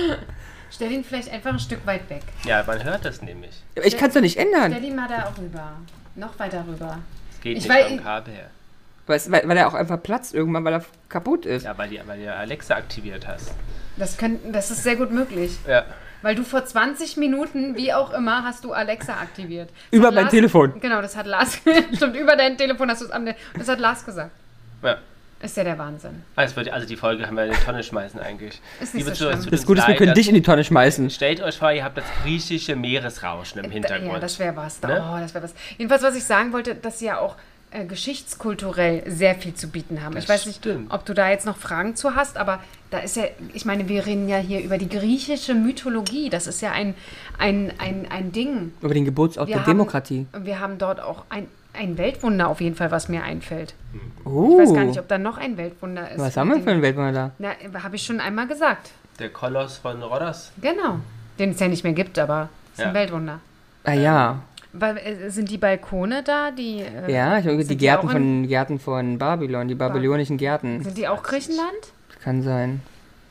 Stell ihn vielleicht einfach ein Stück weit weg. Ja, man hört das nämlich. Ich kann es doch nicht ändern. Stell ihn mal da auch rüber. Noch weiter rüber. Es geht Ich nicht weiß- vom Kabel her. Weil, weil, weil er auch einfach platzt irgendwann, weil er kaputt ist. Ja, weil du weil du Alexa aktiviert hast. Das, könnt, das ist sehr gut möglich. Ja. Weil du vor zwanzig Minuten, wie auch immer, hast du Alexa aktiviert. Das Über hat mein Lars, Telefon. Genau, das hat Lars. Stimmt, über dein Telefon hast du es an. Das hat Lars gesagt. ja. Ist ja der Wahnsinn. Also, wird- also die Folge haben wir in die Tonne schmeißen eigentlich. Ist nicht Liebe so Zuhörer, schlimm. es tut Das uns Gute ist, wir leid, können dass- dich in die Tonne schmeißen. Stellt euch vor, ihr habt das griechische Meeresrauschen im Hintergrund. Ja, das wäre was. Ne? Oh, das wäre was. Jedenfalls, was ich sagen wollte, dass sie ja auch äh, geschichtskulturell sehr viel zu bieten haben. Das ich weiß nicht, stimmt. ob du da jetzt noch Fragen zu hast, aber da ist ja, ich meine, wir reden ja hier über die griechische Mythologie. Das ist ja ein, ein, ein, ein Ding. Über den Geburtsort Wir der haben, Demokratie. Wir haben dort auch ein, ein Weltwunder auf jeden Fall, was mir einfällt. Oh. Ich weiß gar nicht, ob da noch ein Weltwunder ist. Was haben wir für ein Weltwunder da? Na, habe ich schon einmal gesagt. Der Koloss von Rhodos. Genau. Den es ja nicht mehr gibt, aber es ist Ja. ein Weltwunder. Ah ja. Weil, äh, sind die Balkone da, die... Äh, Ja, ich glaube, die sind Gärten auch in- von, Gärten von Babylon, die babylonischen Gärten. Sind die auch Griechenland? Kann sein.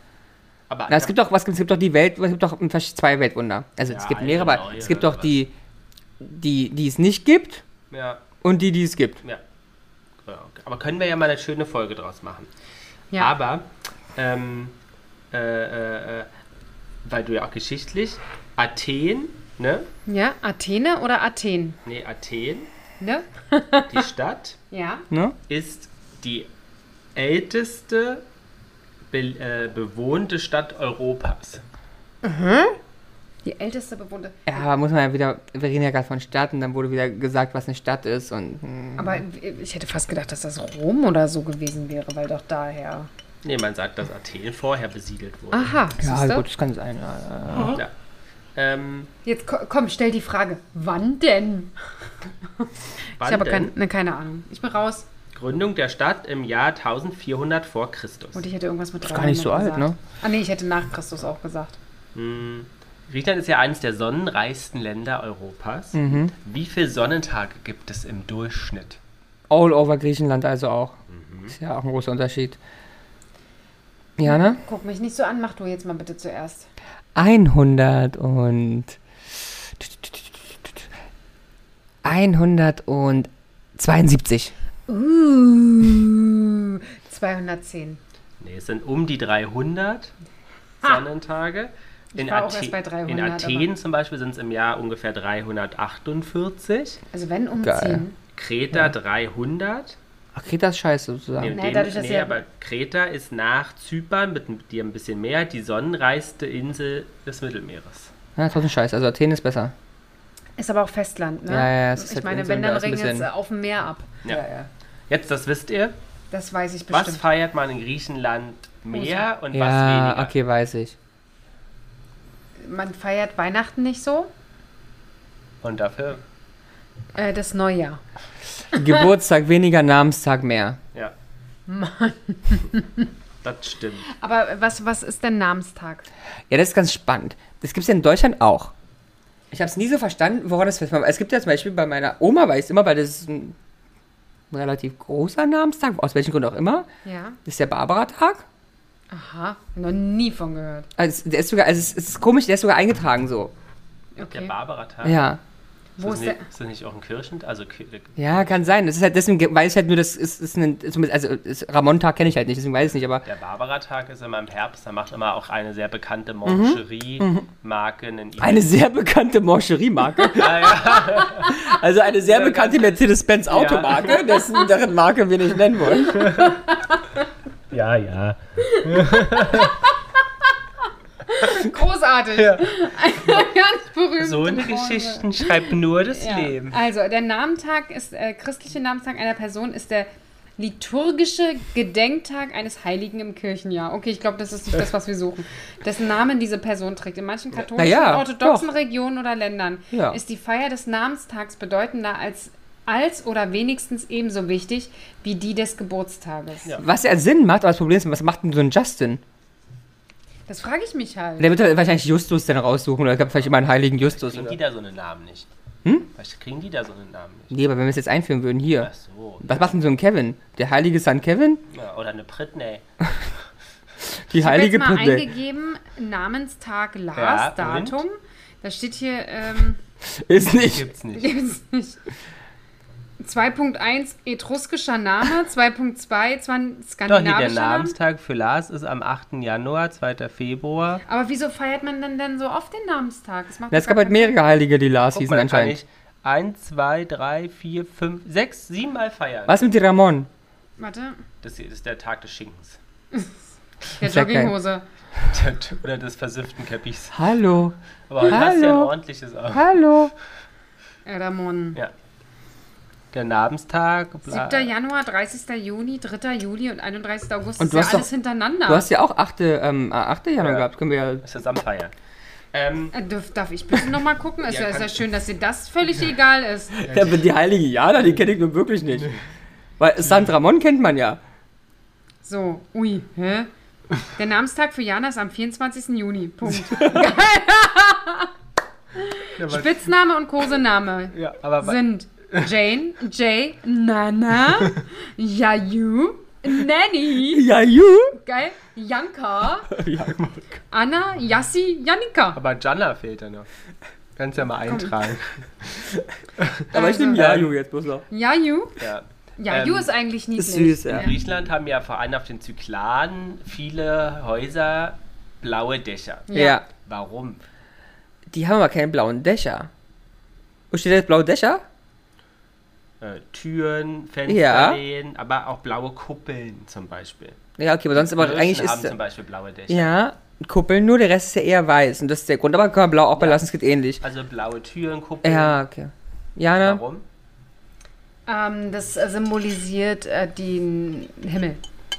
Aber Na, es gibt doch, was gibt es gibt doch die Welt, es gibt doch zwei Weltwunder. Also es Ja, gibt eine mehrere, aber neue es gibt oder doch die, die, die es nicht gibt Ja, und die, die es gibt. ja. Genau. Aber können wir ja mal eine schöne Folge draus machen. Ja. Aber, ähm, äh, äh, äh, weil du ja auch geschichtlich, Athen, ne? Ja, Athene oder Athen? Nee, Athen, Ne? die Stadt, Ja. Ne? ist die älteste be äh, bewohnte Stadt Europas. Die älteste bewohnte. Ja, muss man ja wieder, wir reden ja gerade von Stadt und dann wurde wieder gesagt, was eine Stadt ist und hm. Aber ich hätte fast gedacht, dass das Rom oder so gewesen wäre, weil doch daher. Nee, man sagt, dass Athen vorher besiedelt wurde. Aha, ja, siehste? gut, das kann sein. Ja, ja. Ja. Ähm, Jetzt ko- komm, stell die Frage. Wann denn? wann ich habe denn? kein, ne, keine Ahnung. Ich bin raus. Gründung der Stadt im Jahr eintausendvierhundert vor Christus. Und ich hätte irgendwas mit ist gar nicht so alt, ne? Ah nee, ich hätte nach Christus auch gesagt. Hm. Griechenland ist ja eines der sonnenreichsten Länder Europas. Mhm. Wie viele Sonnentage gibt es im Durchschnitt? All over Griechenland also auch. Mhm. Ist ja auch ein großer Unterschied. Ja, ne? Guck mich nicht so an, mach du jetzt mal bitte zuerst. hundert und hundertzweiundsiebzig. Uh, zweihundertzehn. Nee, es sind um die dreihundert Sonnentage. In, war auch Athe- erst bei dreihundert, in Athen zum Beispiel sind es im Jahr ungefähr dreihundertachtundvierzig. Also wenn um Geil. zehn. Kreta dreihundert. Ach, Kreta ist scheiße sozusagen. Nee, dem- dadurch, dass nee, ja- aber Kreta ist nach Zypern mit ein- die ein bisschen mehr die sonnenreichste Insel des Mittelmeeres. Ja, trotzdem scheiße. Also Athen ist besser. Ist aber auch Festland, ne? Ja, ja, es ist ich halt meine, Inseln, wenn, da dann ist ein regnet es bisschen- auf dem Meer ab. Ja. ja. Jetzt, das wisst ihr. Das weiß ich Was bestimmt. feiert man in Griechenland mehr und was Ja, weniger? okay, weiß ich. Man feiert Weihnachten nicht so. Und dafür, Äh, das Neujahr. Geburtstag weniger, Namenstag mehr. ja. Mann. Das stimmt. Aber was, was ist denn Namenstag? Ja, das ist ganz spannend. Das gibt es ja in Deutschland auch. Ich habe es nie so verstanden, woran das festmacht. Es gibt ja zum Beispiel bei meiner Oma, weiß ich immer, weil das ist ein relativ großer Namenstag, aus welchem Grund auch immer. Ja. Das ist der Barbara-Tag. Aha, noch nie von gehört. Also, der ist sogar, also es ist komisch, der ist sogar eingetragen so. Der Okay. Barbara-Tag. Ja. Ist, Wo das ist nicht, der? ist das nicht auch ein Kirchen? Also, Ki- Ja, kann sein. Das ist halt, deswegen weiß ich halt nur, das ist, ist ein, zumindest, also ist, Ramon-Tag kenne ich halt nicht, deswegen weiß ich es nicht, aber der Barbara-Tag ist immer im Herbst. Da macht immer auch eine sehr bekannte Moncherie-Marke einen Event. eine sehr bekannte Moncherie-Marke. Ja, ja. Also eine sehr bekannte Mercedes-Benz Automarke, dessen deren Marke wir nicht nennen wollen. ja, ja. Großartig. Ja. Ganz berühmt. So eine Geschichten schreibt nur das Ja. Leben. Also, der Namentag ist, äh, christliche Namenstag einer Person ist der liturgische Gedenktag eines Heiligen im Kirchenjahr. Okay, ich glaube, das ist nicht das, was wir suchen. Dessen Namen diese Person trägt. In manchen katholischen, ja, orthodoxen doch. Regionen oder Ländern Ja. ist die Feier des Namenstags bedeutender als, als oder wenigstens ebenso wichtig wie die des Geburtstages. Ja. Was ja Sinn macht, aber das Problem ist, was macht denn so ein Justin? Das frage ich mich halt. Der wird halt wahrscheinlich Justus dann raussuchen oder es gab vielleicht immer einen heiligen Justus. Kriegen Oder? die da so einen Namen nicht? Hm? Vielleicht kriegen die da so einen Namen nicht. Nee, aber wenn wir es jetzt einführen würden, hier. Ach so. Was macht denn so ein Kevin? Der heilige Sankt Kevin? Ja, oder eine Britney. Die Ich habe heilige jetzt mal Britney. eingegeben, Namenstag Lars, Ja, Datum. Da steht hier, ähm, Ist nicht. Gibt's nicht. gibt's nicht. zwei Punkt eins etruskischer Name, zwei Punkt zwei Doch, nee, der skandinavischer Name. Namenstag für Lars ist am achten Januar, zweiten Februar. Aber wieso feiert man denn dann so oft den Namenstag? Das macht Na, es doch gab gar halt keinen mehrere Heilige, die Lars Guck hießen mal, da kann anscheinend. ich eins, zwei, drei, vier, fünf, sechs, sieben Mal feiern. Was mit die Ramon? Sinn. Warte, Das hier ist der Tag des Schinkens. der Ist ja geil. Jogginghose. Oder des versüfften Käppis. Hallo. Aber heute hast du ja ein Hallo. ordentliches auch. Hallo. Äh, Ramon. Ja. Der Namenstag. Bla. siebter Januar, dreißigster Juni, dritter Juli und einunddreißigster August. Und ist du ja hast doch- alles hintereinander. Du hast ja auch achte, ähm, achte Januar Ja. gehabt. Können wir ja. Das ist am Feiern. Ähm, Äh, dürf, darf ich bitte nochmal gucken? Es Ja, ja, ist ja kannst schön, dass dir das völlig egal ist. Ja, aber die heilige Jana, die kenne ich nun wirklich nicht. Weil Sankt Ramon kennt man ja. So, ui, hä? Der Namenstag für Jana ist am vierundzwanzigsten Juni. Punkt. Spitzname und Kosename ja, aber wa- sind Jane, Jay, Nana, Yayu, Nanny, Ja, you. geil, Janka, Anna, Yassi, Janika. aber Jana fehlt da noch. Kannst ja mal eintragen. Aber ich nehme Also- Jaju jetzt bloß noch. Yayu? Ja. Yayu Ähm, ist eigentlich niedlich. Ist süß, ja. In Griechenland haben ja vor allem auf den Zykladen viele Häuser blaue Dächer. Ja. Ja. Warum? Die haben aber keine blauen Dächer. Wo steht jetzt blaue Dächer? Äh, Türen, Fenster, Ja. Läden, aber auch blaue Kuppeln zum Beispiel. Ja, okay, aber sonst aber Kirchen eigentlich haben ist. zum Beispiel blaue Dächer. Ja, Kuppeln nur, der Rest ist ja eher weiß. Und das ist der Grund. Aber kann man blau auch belassen, es geht ähnlich. Also blaue Türen, Kuppeln. Ja, okay. Jana? Warum? Ähm, das äh, symbolisiert äh, den Himmel.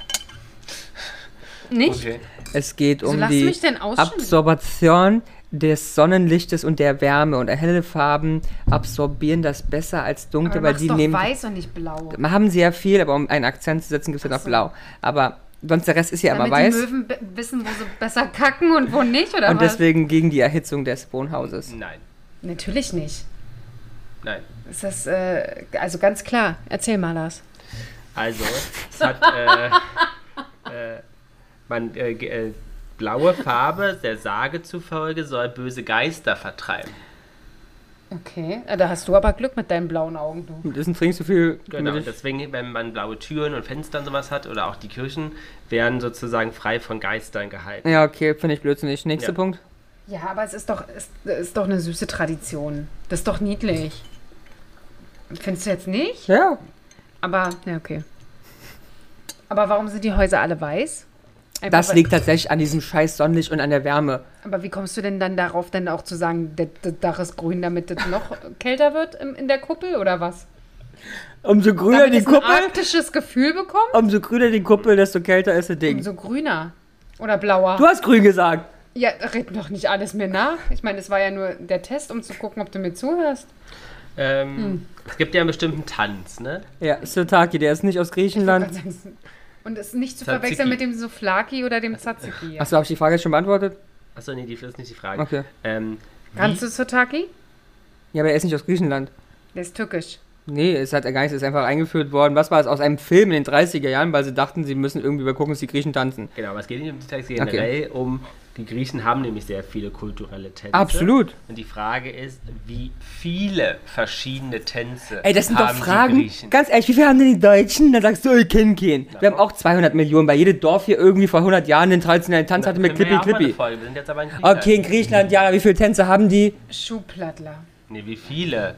Nicht? Okay. Es geht Wieso um lass die mich denn ausschneiden? Absorption des Sonnenlichtes und der Wärme. Und helle Farben absorbieren das besser als dunkle, Aber weil mach's die doch nehmen. weiß und nicht blau. Haben sie ja viel, aber um einen Akzent zu setzen, gibt es ja noch Ach so. blau. Aber sonst der Rest ist ja immer Damit die weiß. Möwen be- wissen, wo sie besser kacken und wo nicht, oder Und was? deswegen gegen die Erhitzung des Wohnhauses. Nein. Natürlich nicht. Nein. Ist das, äh, also ganz klar. Erzähl mal, Lars. Also, es hat, äh, äh, man, äh, ge- äh, blaue Farbe, der Sage zufolge, soll böse Geister vertreiben. Okay, äh, da hast du aber Glück mit deinen blauen Augen, du. Mit Essen trinkst du viel. Genau, und mit- deswegen, wenn man blaue Türen und Fenster und sowas hat, oder auch die Kirchen, werden sozusagen frei von Geistern gehalten. Ja, okay, finde ich blödsinnig. Nächster Ja. Punkt. Ja, aber es ist doch, ist, ist doch eine süße Tradition. Das ist doch niedlich. Findest du jetzt nicht? Ja. Aber, ja, okay. Aber warum sind die Häuser alle weiß? Einfach Das weil- liegt tatsächlich an diesem scheiß Sonnenlicht und an der Wärme. Aber wie kommst du denn dann darauf, dann auch zu sagen, das das Dach ist grün, damit es noch kälter wird im, in der Kuppel oder was? Umso grüner Damit die es ein Kuppel, arktisches Gefühl bekommt? umso grüner die Kuppel, desto kälter ist das Ding. Umso grüner. Oder blauer. Du hast grün gesagt. Ja, red doch nicht alles mir nach. Ich meine, es war ja nur der Test, um zu gucken, ob du mir zuhörst. Ähm, Hm. Es gibt ja einen bestimmten Tanz, ne? Ja, Sotaki, der ist nicht aus Ich wollte Griechenland. gerade sagen, und es ist nicht zu Tzatziki. verwechseln mit dem Souflaki oder dem Tzatziki. Achso, habe ich die Frage jetzt schon beantwortet? Achso, nee, die ist nicht die Frage. Okay. Ähm, Kannst du Sotaki? Ja, aber er ist nicht aus Griechenland. Der ist türkisch. Nee, es hat er gar nicht, es ist einfach eingeführt worden. Was war es? Aus einem Film in den dreißiger Jahren, weil sie dachten, sie müssen irgendwie übergucken, dass die Griechen tanzen. Genau, aber es geht nicht um die Tänze, generell um, die Griechen haben nämlich sehr viele kulturelle Tänze. Absolut. Und die Frage ist, wie viele verschiedene Tänze Ey, das sind haben doch die Fragen. Griechen? Ganz ehrlich, wie viel haben denn die Deutschen? Dann sagst du, ich kenn keinen. Wir haben auch zweihundert Millionen, weil jedes Dorf hier irgendwie vor hundert Jahren den traditionellen Tanz hatte mit Können wir Clippy ja auch mal eine Clippy. Folge. Wir sind jetzt aber in Griechenland. Okay, in Griechenland, ja, wie viele Tänze haben die? Schuhplattler. Nee, wie viele?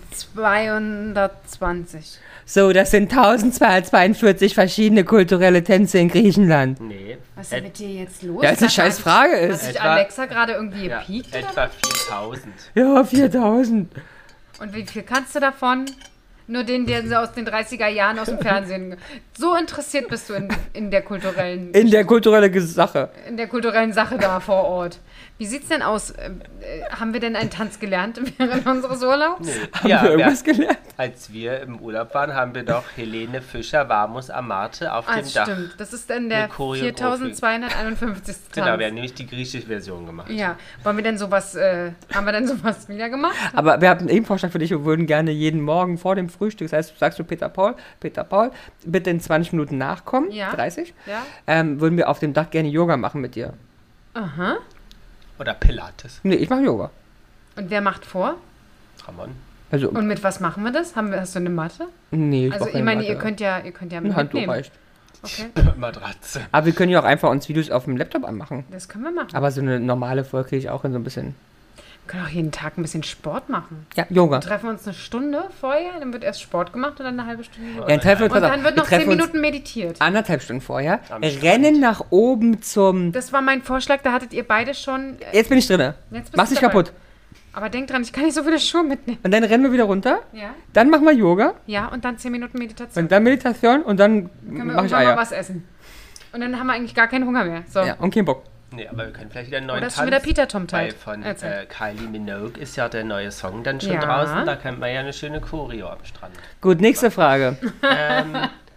zweihundertzwanzig. So, das sind tausendzweihundertzweiundvierzig verschiedene kulturelle Tänze in Griechenland. Nee. Was ist denn Et- mit dir jetzt los? Ja, ist eine Sag scheiß mal, Frage Hat ist. sich Etwa- Alexa gerade irgendwie ja, gepiekt? oder etwa viertausend. Ja, viertausend. was? Und wie viel kannst du davon? Nur den, den sie aus den dreißiger Jahren aus dem Fernsehen. So interessiert bist du in, in der kulturellen In der kulturellen Sache. in der kulturellen Sache da vor Ort. Wie sieht's denn aus? Ähm, äh, haben wir denn einen Tanz gelernt während unseres Urlaubs? Haben Ja, wir irgendwas wir- gelernt? Als wir im Urlaub waren, haben wir doch Helene Fischer, Vamos Amarte auf Ah, dem Dach. stimmt. Das ist dann der Eine Choreografie. viertausendzweihunderteinundfünfzigste Genau, wir Tanz. haben nämlich die griechische Version gemacht. Ja, wollen wir denn sowas, äh, haben wir denn sowas wieder gemacht? Aber wir hatten eben einen Vorschlag für dich, wir würden gerne jeden Morgen vor dem Frühstück, das heißt, sagst du Peter Paul, Peter Paul, bitte in zwanzig Minuten nachkommen, Ja. dreißig, Ja. ähm, würden wir auf dem Dach gerne Yoga machen mit dir. Aha. Oder Pilates. Nee, ich mache Yoga. Und wer macht vor? Ramon. Also, Und mit was machen wir das? Haben wir, hast du eine Matte? nee, ich Also brauch ich keine meine, Matte. ihr könnt ja, ihr könnt ja Ein Handtuch mitnehmen. reicht. Okay, Matratze. Aber wir können ja auch einfach uns Videos auf dem Laptop anmachen. das können wir machen. Aber so eine normale Folge kriege ich auch in so ein bisschen. Wir können auch jeden Tag ein bisschen Sport machen. Ja, Yoga. Wir treffen uns eine Stunde vorher, dann wird erst Sport gemacht und dann eine halbe Stunde Yoga. Ja, dann treffen wir uns, Und pass auf, dann wird wir noch zehn treffen uns Minuten meditiert. anderthalb Stunden vorher, Am rennen nach oben zum. Das war mein Vorschlag, da hattet ihr beide schon. äh, Jetzt bin ich drinne. Jetzt bist Mach's du nicht dabei. kaputt. Aber denk dran, ich kann nicht so viele Schuhe mitnehmen. Und dann rennen wir wieder runter. Ja? Dann machen wir Yoga. Ja, und dann zehn Minuten Meditation. Und dann Meditation. Und dann Können wir mache ich irgendwann mal Eier. was essen. Und dann haben wir eigentlich gar keinen Hunger mehr. So. Ja, und keinen Bock. Nee, aber wir können vielleicht wieder einen neuen Oder ist Tanz. schon wieder Peter Tom Weil Tide? von Erzähl. äh, Kylie Minogue ist ja der neue Song dann schon Ja. draußen. Da kennt man ja eine schöne Choreo am Strand. Gut, nächste Frage. ähm,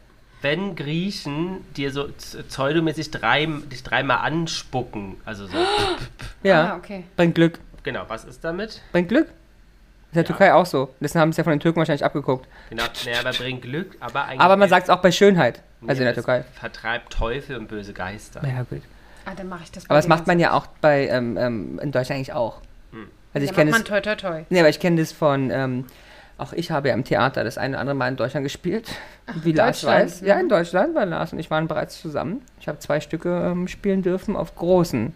wenn Griechen dir so z- pseudomäßig drei, dich dreimal anspucken, also so, Ja, Ah, okay. bringt Glück. genau, was ist damit? Bringt Glück. Ist in der Türkei auch so. Deswegen haben es ja von den Türken wahrscheinlich abgeguckt. Genau, naja, aber bringt Glück, aber eigentlich. Aber man sagt es auch bei Schönheit. Also in der es Türkei. Vertreibt Teufel und böse Geister. Ja, gut. Ah, dann mache ich das. bei Aber das dir macht man jetzt. ja auch bei, ähm, ähm, in Deutschland eigentlich auch. Also ich Ja, kenne macht das, man toi toi toi. nee, aber ich kenne das von, ähm, auch ich habe ja im Theater das eine oder andere Mal in Deutschland gespielt. Wie Lars Deutschland, weiß. ja. Ja, in Deutschland, weil Lars und ich waren bereits zusammen. Ich habe zwei Stücke ähm, spielen dürfen auf großen,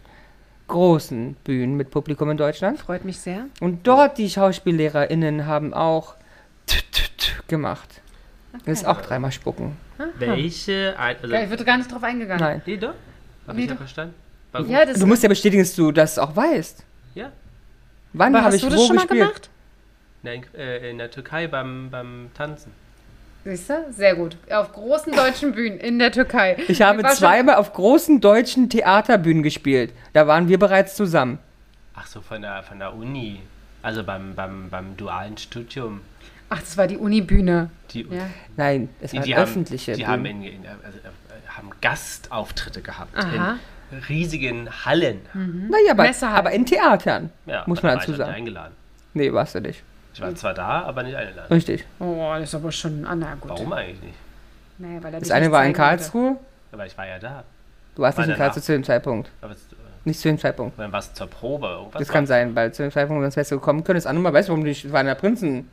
großen Bühnen mit Publikum in Deutschland. Freut mich sehr. Und dort die SchauspiellehrerInnen haben auch t -t -t gemacht. Das ist auch dreimal spucken. Welche. Ein, also, Geil, ich würde gar nicht drauf eingegangen. Nein. nee, doch? Hab Nee, ich ja doch. verstanden? Warum? Ja, das Du musst ja bestätigen, dass du das auch weißt. Ja. Wann aber habe hast ich du das wo schon mal gespielt? gemacht? Nein, äh, in der Türkei beim, beim Tanzen. Siehst du? Sehr gut. Auf großen deutschen Bühnen in der Türkei. Ich habe war schon- zweimal auf großen deutschen Theaterbühnen gespielt. Da waren wir bereits zusammen. Ach so, von der, von der Uni. Also beim, beim, beim dualen Studium. Ach, das war die Unibühne. Die, Ja. Nein, es die, waren die, öffentliche haben, die Bühnen. haben, in, in, also, äh, haben Gastauftritte gehabt. Aha. In riesigen Hallen. Naja, aber, Messerhallen. aber in Theatern, Ja, muss aber man da dazu war ich dann sagen. nicht eingeladen. Nee, warst du nicht. Ich war zwar da, aber nicht eingeladen. Richtig. Oh, das ist aber schon. Ah, na gut. Warum eigentlich nicht? Naja, weil er Das dich eine nicht war in zeigen wollte. Karlsruhe. Aber ich war ja da. Du warst War nicht in danach. Karlsruhe zu dem Zeitpunkt. Aber es, äh, Nicht zu dem Zeitpunkt. dann war es zur Probe. Irgendwas Das war- kann sein, weil zu dem Zeitpunkt, sonst wärst du gekommen können. Das andere Mal, weißt du, warum du nicht, war in der Prinzenstraße,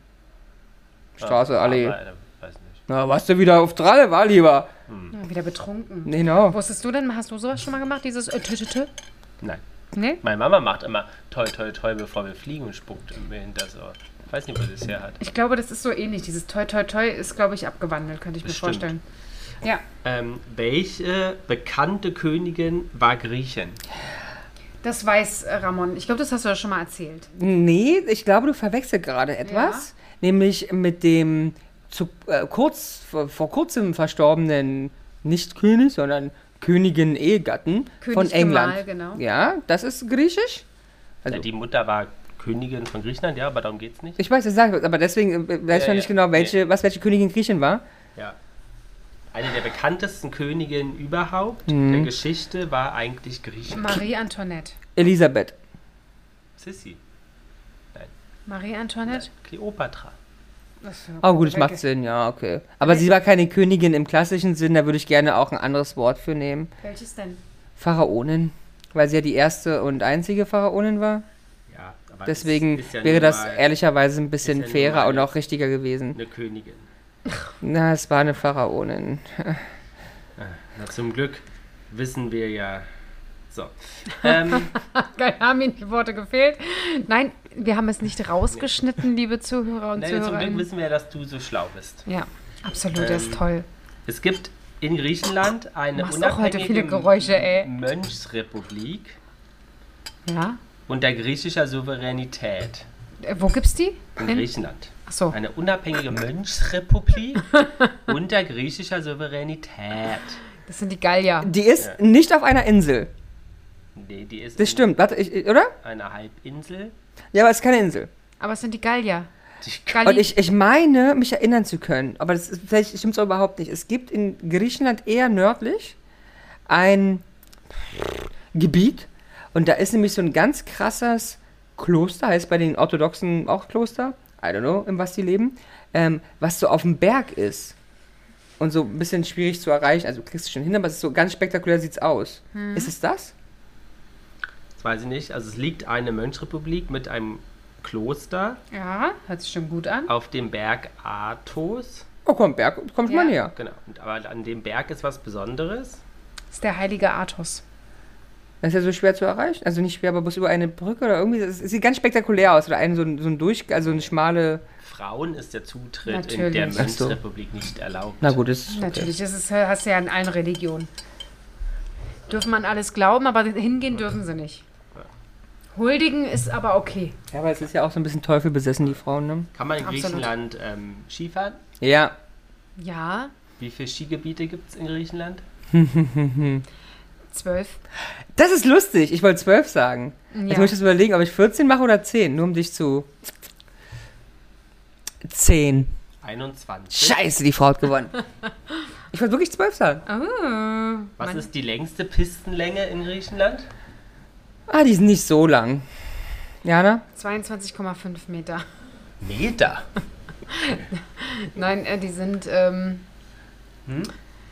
Ah, Allee. aber, äh, weiß nicht. Na, warst du wieder auf Tralle, war lieber. Ja, wieder betrunken. Genau. Wusstest du denn, hast du sowas schon mal gemacht, dieses äh, tü, tü, tü? Nein. Nee? Meine Mama macht immer toi toi toi, bevor wir fliegen und spuckt mir hinter so. Ich weiß nicht, wo sie es her hat. Ich glaube, das ist so ähnlich. Dieses toi toi toi ist, glaube ich, abgewandelt, könnte ich mir Bestimmt. vorstellen. Ja. Ähm, welche bekannte Königin war Griechin? Das weiß äh, Ramon. Ich glaube, das hast du ja schon mal erzählt. Nee, ich glaube, du verwechselst gerade etwas. Nämlich mit dem zu, äh, kurz, vor, vor kurzem verstorbenen, nicht König, sondern Königin Ehegatten König von England. Gemahl, genau. Ja, das ist griechisch. Also, Ja, die Mutter war Königin von Griechenland, ja, aber darum geht's nicht. ich weiß, das sag ich, aber deswegen äh, weiß ich Ja, noch nicht ja. genau, welche, was welche Königin Griechin war. Ja. Eine der bekanntesten Königinnen überhaupt Mhm. der Geschichte war eigentlich Griechin. Marie Antoinette. Elisabeth. Sissi. Marie Antoinette? Kleopatra. Das ist ja Oh gut, das weg. macht Sinn, ja, okay. Aber sie war keine Königin im klassischen Sinn, da würde ich gerne auch ein anderes Wort für nehmen. Welches denn? Pharaonin. Weil sie ja die erste und einzige Pharaonin war. Ja, aber Deswegen es ist ja wäre nun das mal ehrlicherweise ein bisschen ist ja nun fairer mal und auch richtiger gewesen. eine Königin. Na, es war eine Pharaonin. Na, zum Glück wissen wir ja. So. Ähm, Geil, haben Ihnen die Worte gefehlt? Nein, wir haben es nicht rausgeschnitten, liebe Zuhörer und nein, zum Glück Zuhörerinnen. wissen wir, dass du so schlau bist. Ja, absolut, der ist Ähm, toll. Es gibt in Griechenland eine Du machst auch heute unabhängige viele Geräusche, ey. Mönchsrepublik Ja? unter griechischer Souveränität. Äh, wo gibt's die? In Griechenland. Ach so. Eine unabhängige Mönchsrepublik unter griechischer Souveränität. Das sind die Gallier. Die ist nicht auf einer Insel. Nee, die ist Das stimmt, warte, ich, oder? eine Halbinsel. Ja, aber es ist keine Insel. Aber es sind die Gallier. Die Galli Und ich, ich meine, mich erinnern zu können, aber das ist, vielleicht stimmt es auch überhaupt nicht. Es gibt in Griechenland eher nördlich ein Gebiet und da ist nämlich so ein ganz krasses Kloster, heißt bei den Orthodoxen auch Kloster, I don't know, in was die leben, ähm, was so auf dem Berg ist und so ein bisschen schwierig zu erreichen. Also du kriegst es schon hin, aber es ist so ganz spektakulär sieht's aus. Hm. Ist es das? Das weiß ich nicht. Also es liegt eine Mönchsrepublik mit einem Kloster Ja, hört sich schon gut an. auf dem Berg Athos. Oh komm, Berg, komm schon Ja. mal näher. Genau. Und, aber an dem Berg ist was Besonderes. Das ist der heilige Athos. Das ist ja so schwer zu erreichen. Also nicht schwer, aber bloß über eine Brücke oder irgendwie. Es sieht ganz spektakulär aus. Oder ein, so, ein, so ein Durch, also eine schmale. Frauen ist der Zutritt Natürlich. in der Ach so. Mönchsrepublik nicht erlaubt. Na gut, das ist. Okay. Natürlich, das ist, hast du ja in allen Religionen. Dürfen man alles glauben, aber hingehen dürfen sie nicht. Huldigen ist aber okay. Ja, aber es ist ja auch so ein bisschen Teufel besessen, die Frauen, ne? Kann man in Absolut. Griechenland ähm, Skifahren? Ja. Ja, Wie viele Skigebiete gibt es in Griechenland? zwölf. Das ist lustig. Ich wollte zwölf sagen. Jetzt Ja. muss ich das überlegen, ob ich vierzehn mache oder zehn. Nur um dich zu. zehn. einundzwanzig. Scheiße, die Frau hat gewonnen. Ich wollte wirklich zwölf sagen. Oh, Was Mann. ist die längste Pistenlänge in Griechenland? Ah, die sind nicht so lang. Jana? zweiundzwanzig Komma fünf Meter. Meter. Nein, äh, die sind. Ähm, Hm?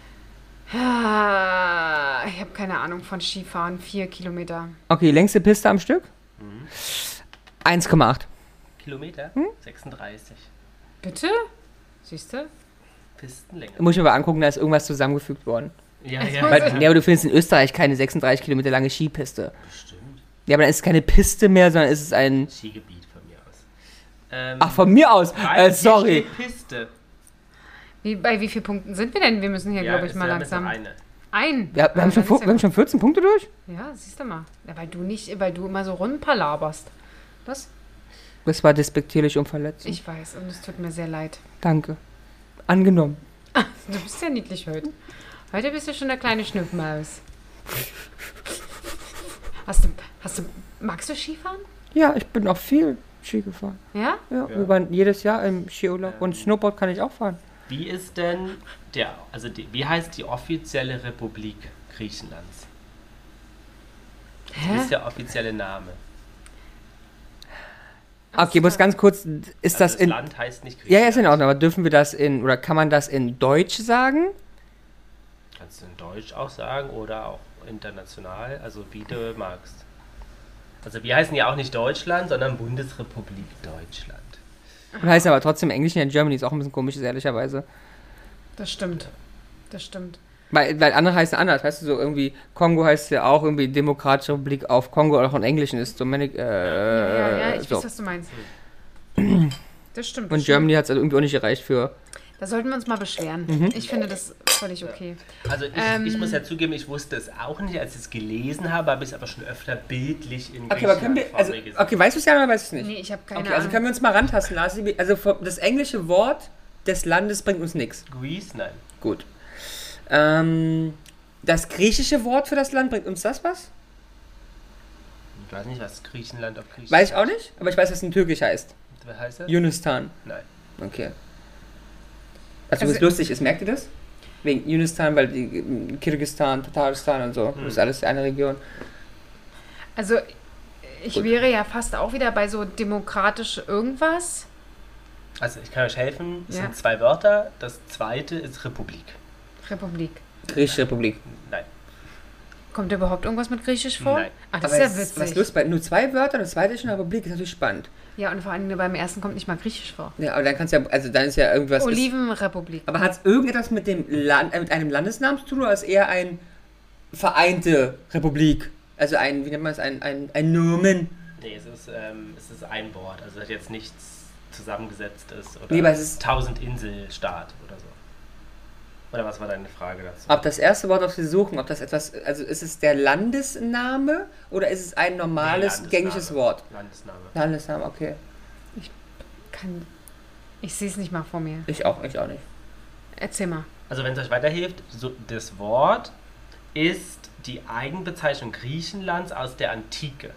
ah, ich habe keine Ahnung von Skifahren. Vier Kilometer. Okay, längste Piste am Stück? eins Komma acht. Kilometer? sechsunddreißig. Bitte? Siehst du? Pistenlänge. Muss ich mir aber angucken, da ist irgendwas zusammengefügt worden. Ja, Jetzt ja. muss Weil, ich- ja, aber du findest in Österreich keine sechsunddreißig Kilometer lange Skipiste. Bestimmt. Ja, aber dann ist es keine Piste mehr, sondern ist es ein. Skigebiet von mir aus. Ähm, Ach, von mir aus. nein, Äh, hier sorry. steht Piste. Wie, bei wie vielen Punkten sind wir denn? Wir müssen hier, Ja, glaube ich, ist mal ja langsam. mit Eine. Ein. Wir, wir, haben Ah, schon, dann fu- ist ja wir haben gut. schon vierzehn Punkte durch? Ja, siehst du mal. Ja, weil du nicht, weil du immer so rumpalaberst. Das? Das war despektierlich und verletzend. Ich weiß und es tut mir sehr leid. Danke. Angenommen. Du bist ja niedlich heute. Heute bist du schon eine kleine Schnüffmaus. Hast du, hast du, magst du Skifahren? Ja, ich bin auch viel Ski gefahren. Ja? Ja, Ja. wir waren jedes Jahr im Skiurlaub. Und Snowboard kann ich auch fahren. Wie ist denn der, also die, wie heißt die offizielle Republik Griechenlands? Wie Hä? ist der offizielle Name? Okay, muss ganz kurz, ist Also das in... Land heißt nicht Ja, Griechenland. ja, ist in Ordnung, aber dürfen wir das in, oder kann man das in Deutsch sagen? Kannst du in Deutsch auch sagen oder auch international, also wie du magst. Also wir heißen ja auch nicht Deutschland, sondern Bundesrepublik Deutschland. Und heißt aber trotzdem Englisch, ja, Germany ist auch ein bisschen komisch, ehrlicherweise. Das stimmt. Das stimmt. Weil, weil andere heißen anders, weißt du, so irgendwie, Kongo heißt ja auch irgendwie Demokratische Republik auf Kongo, auch in Englischen ist Dominic, äh, Ja, ja, ja, ich so. weiß, was du meinst. Das stimmt. Und das Germany hat es also irgendwie auch nicht erreicht für... Da sollten wir uns mal beschweren. Ich finde das völlig okay. Also ich, Ähm. ich muss ja zugeben, ich wusste es auch nicht, als ich es gelesen habe, habe ich es aber schon öfter bildlich in Okay, aber können wir, vor also, mir gesehen. okay, weißt du es ja oder weißt du es nicht? Nee, ich habe keine Okay, also Ahnung. können wir uns mal rantasten lassen. Also vom- das englische Wort des Landes bringt uns nichts. Greece? Nein. Gut. Ähm, das griechische Wort für das Land, bringt uns das was? Ich weiß nicht, was Griechenland auf Griechisch Weiß ich auch nicht, aber ich weiß, was es in Türkisch heißt. Was heißt das? Yunistan. Nein. Okay. Also, Also- was lustig ist, merkt ihr das? Wegen Yunistan, weil die ähm, Kirgisistan, Tatarstan und so, das ist alles eine Region. Also, ich Gut. wäre ja fast auch wieder bei so demokratisch irgendwas. Also ich kann euch helfen, es Ja. sind zwei Wörter. Das zweite ist Republik. Republik. Griechische Republik. Nein. Kommt überhaupt irgendwas mit Griechisch vor? Nein. Ah, das Aber ist ja es- Was witzig. lustig, weil nur zwei Wörter, das zweite ist eine Republik, ist natürlich spannend. Ja, und vor allem beim ersten kommt nicht mal Griechisch vor. Ja, aber dann kannst du ja, also dann ist ja irgendwas... Ist, Olivenrepublik. aber hat es irgendetwas mit dem Land, äh, mit einem Landesnamen zu tun oder ist eher ein vereinte Republik? Also ein, wie nennt man es, ein, ein, ein Nomen? Nee, es ist, ähm, es ist ein Wort. Also es hat jetzt nichts zusammengesetztes oder Nee, aber es ist- Tausend-Insel-Staat oder so. Oder was war deine Frage dazu? Ob das erste Wort, auf Sie suchen, ob das etwas, also ist es der Landesname oder ist es ein normales, Nee, Landesname. gängiges Wort? Landesname. Landesname, okay. kann. Ich sehe es nicht mal vor mir. Ich auch, ich auch nicht. Erzähl mal. Also wenn es euch weiterhilft, so, das Wort ist die Eigenbezeichnung Griechenlands aus der Antike.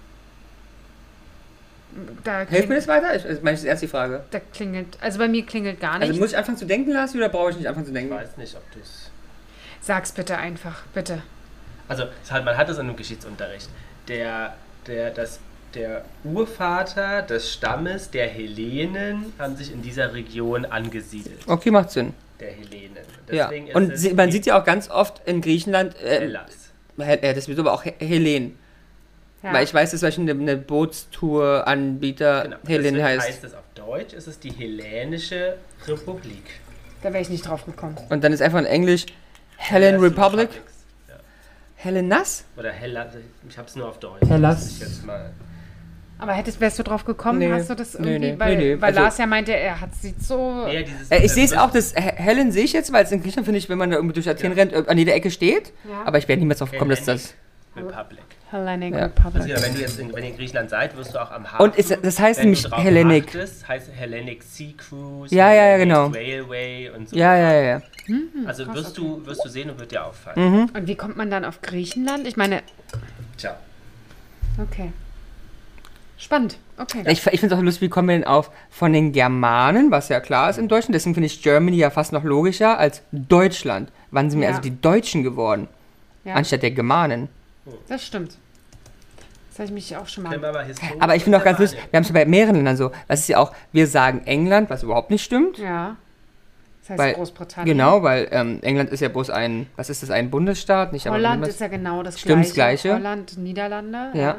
Da Hilft mir klingelt, das weiter? Ich, ich meine, das ist erst die Frage. da klingelt. Also bei mir klingelt gar nicht. Also muss ich anfangen zu denken, Lars, oder brauche ich nicht anfangen zu Ich denken? weiß nicht, ob du es... Sag's bitte einfach, bitte. Also es hat, man hat es in einem Geschichtsunterricht. Der, der, das, der Urvater des Stammes der Hellenen haben sich in dieser Region angesiedelt. Okay, macht Sinn. Der Hellenen. Ja. Deswegen ist Und es sie, man die sieht ja auch ganz oft in Griechenland, äh, Hellas. äh, das wird aber auch He- Hellen. Ja. Weil ich weiß, dass zum Beispiel eine, eine Bootstour-Anbieter Genau. Hellen Deswegen heißt. heißt es auf Deutsch, ist es die Hellenische Republik. Da wäre ich nicht drauf gekommen. Und dann ist einfach in Englisch Hellen Hellas Republic. Republics. Ja. Hellenas? Oder Hellas, ich hab's nur auf Deutsch. Hellas. Das muss ich jetzt mal. Aber hättest, wärst du drauf gekommen? Nee. Hast du das Nee, irgendwie? nee, weil nee, nee. weil Also- Lars ja meinte, er hat sieht so. Nee, dieses, Äh, ich sehe es äh, auch, das He- Helen sehe ich jetzt, weil es in Griechenland, finde ich, wenn man da irgendwie durch Athen Ja. rennt, äh, an jeder Ecke steht. Ja. Aber ich werde niemals drauf kommen, dass das... Republic. Hellenic Ja. Republic. Also ja, wenn, du jetzt in, wenn ihr in Griechenland seid, wirst du auch am Hafen. Und ist, das heißt wenn nämlich du drauf Hellenic. achtest, heißt Hellenic Sea Cruise, Ja, ja, ja, Hellenic genau. Railway und so. Ja, ja, ja, ja. Also krass, wirst, du, wirst du sehen und wird dir auffallen. Mhm. Und wie kommt man dann auf Griechenland? Ich meine, Tja. okay. Spannend. Okay. Ich, ich finde es auch lustig, wie kommen wir denn auf von den Germanen, was ja klar ist im Deutschen, deswegen finde ich Germany ja fast noch logischer als Deutschland. Wann sind wir Ja. also die Deutschen geworden, Ja, anstatt der Germanen? das stimmt. Das habe ich mich auch schon Können mal. wir aber historisch Aber ich finde auch ganz Germanien. lustig, wir haben es ja bei mehreren Ländern so, das ist ja auch, wir sagen England, was überhaupt nicht stimmt. Ja. Das heißt Weil- Großbritannien. Genau, weil ähm, England ist ja bloß ein, was ist das, ein Bundesstaat? Nicht aber Holland irgendwas- ist ja genau das Stimmt, das gleiche. Gleiche. Holland, Niederlande. Ja.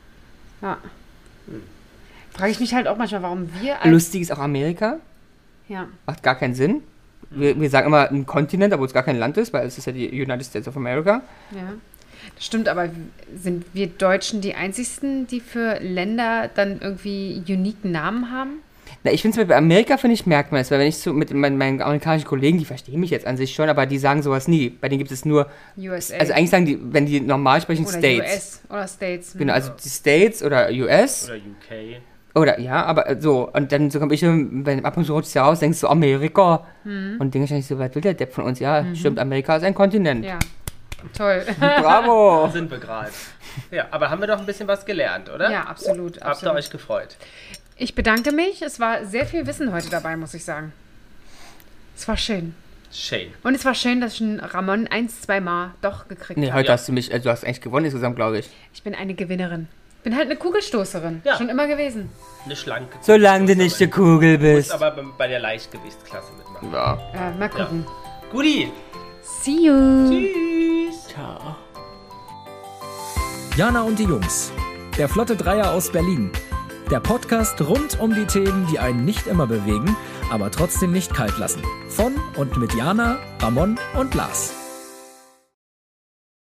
Ja. Frage ich mich halt auch manchmal, warum wir als. Lustig ist auch Amerika, Ja. macht gar keinen Sinn. Wir, wir sagen immer ein Kontinent, obwohl es gar kein Land ist, weil es ist ja die United States of America. Ja. Das stimmt, aber sind wir Deutschen die einzigsten, die für Länder dann irgendwie uniken Namen haben? Na, ich finde es bei Amerika, finde ich, merkt man es, weil wenn ich so mit meinen, meinen amerikanischen Kollegen, die verstehen mich jetzt an sich schon, aber die sagen sowas nie. Bei denen gibt es nur, U S A. also eigentlich sagen die, wenn die normal sprechen, oder States. U S oder States. hm. Genau, also die States oder U S Oder U K. oder ja, aber äh, so. Und dann so komme ich, wenn ab und zu rutscht ja raus, denkst du Amerika. Hm. Und denke ich eigentlich so, was will der Depp von uns? Ja, stimmt, Amerika ist ein Kontinent. Ja. Toll. Bravo! Sind wir gerade. Ja, aber haben wir doch ein bisschen was gelernt, oder? Ja, absolut. Habt ihr absolut. euch gefreut? Ich bedanke mich. Es war sehr viel Wissen heute dabei, muss ich sagen. Es war schön. Schön. Und es war schön, dass ich einen Ramon eins, zwei Mal doch gekriegt Nee, habe. heute Ja. hast du mich, also du hast eigentlich gewonnen insgesamt, glaube ich. Ich bin eine Gewinnerin. Bin halt eine Kugelstoßerin. Ja. Schon immer gewesen. Eine schlanke. Solange du nicht die Kugel Du musst bist. aber bei- bei der Leichtgewichtsklasse mitmachen. Ja. Äh, mal gucken. Guti. See you. Tschüss. Ciao. Jana und die Jungs. Der Flotte Dreier aus Berlin. Der Podcast rund um die Themen, die einen nicht immer bewegen, aber trotzdem nicht kalt lassen. Von und mit Jana, Ramon und Lars.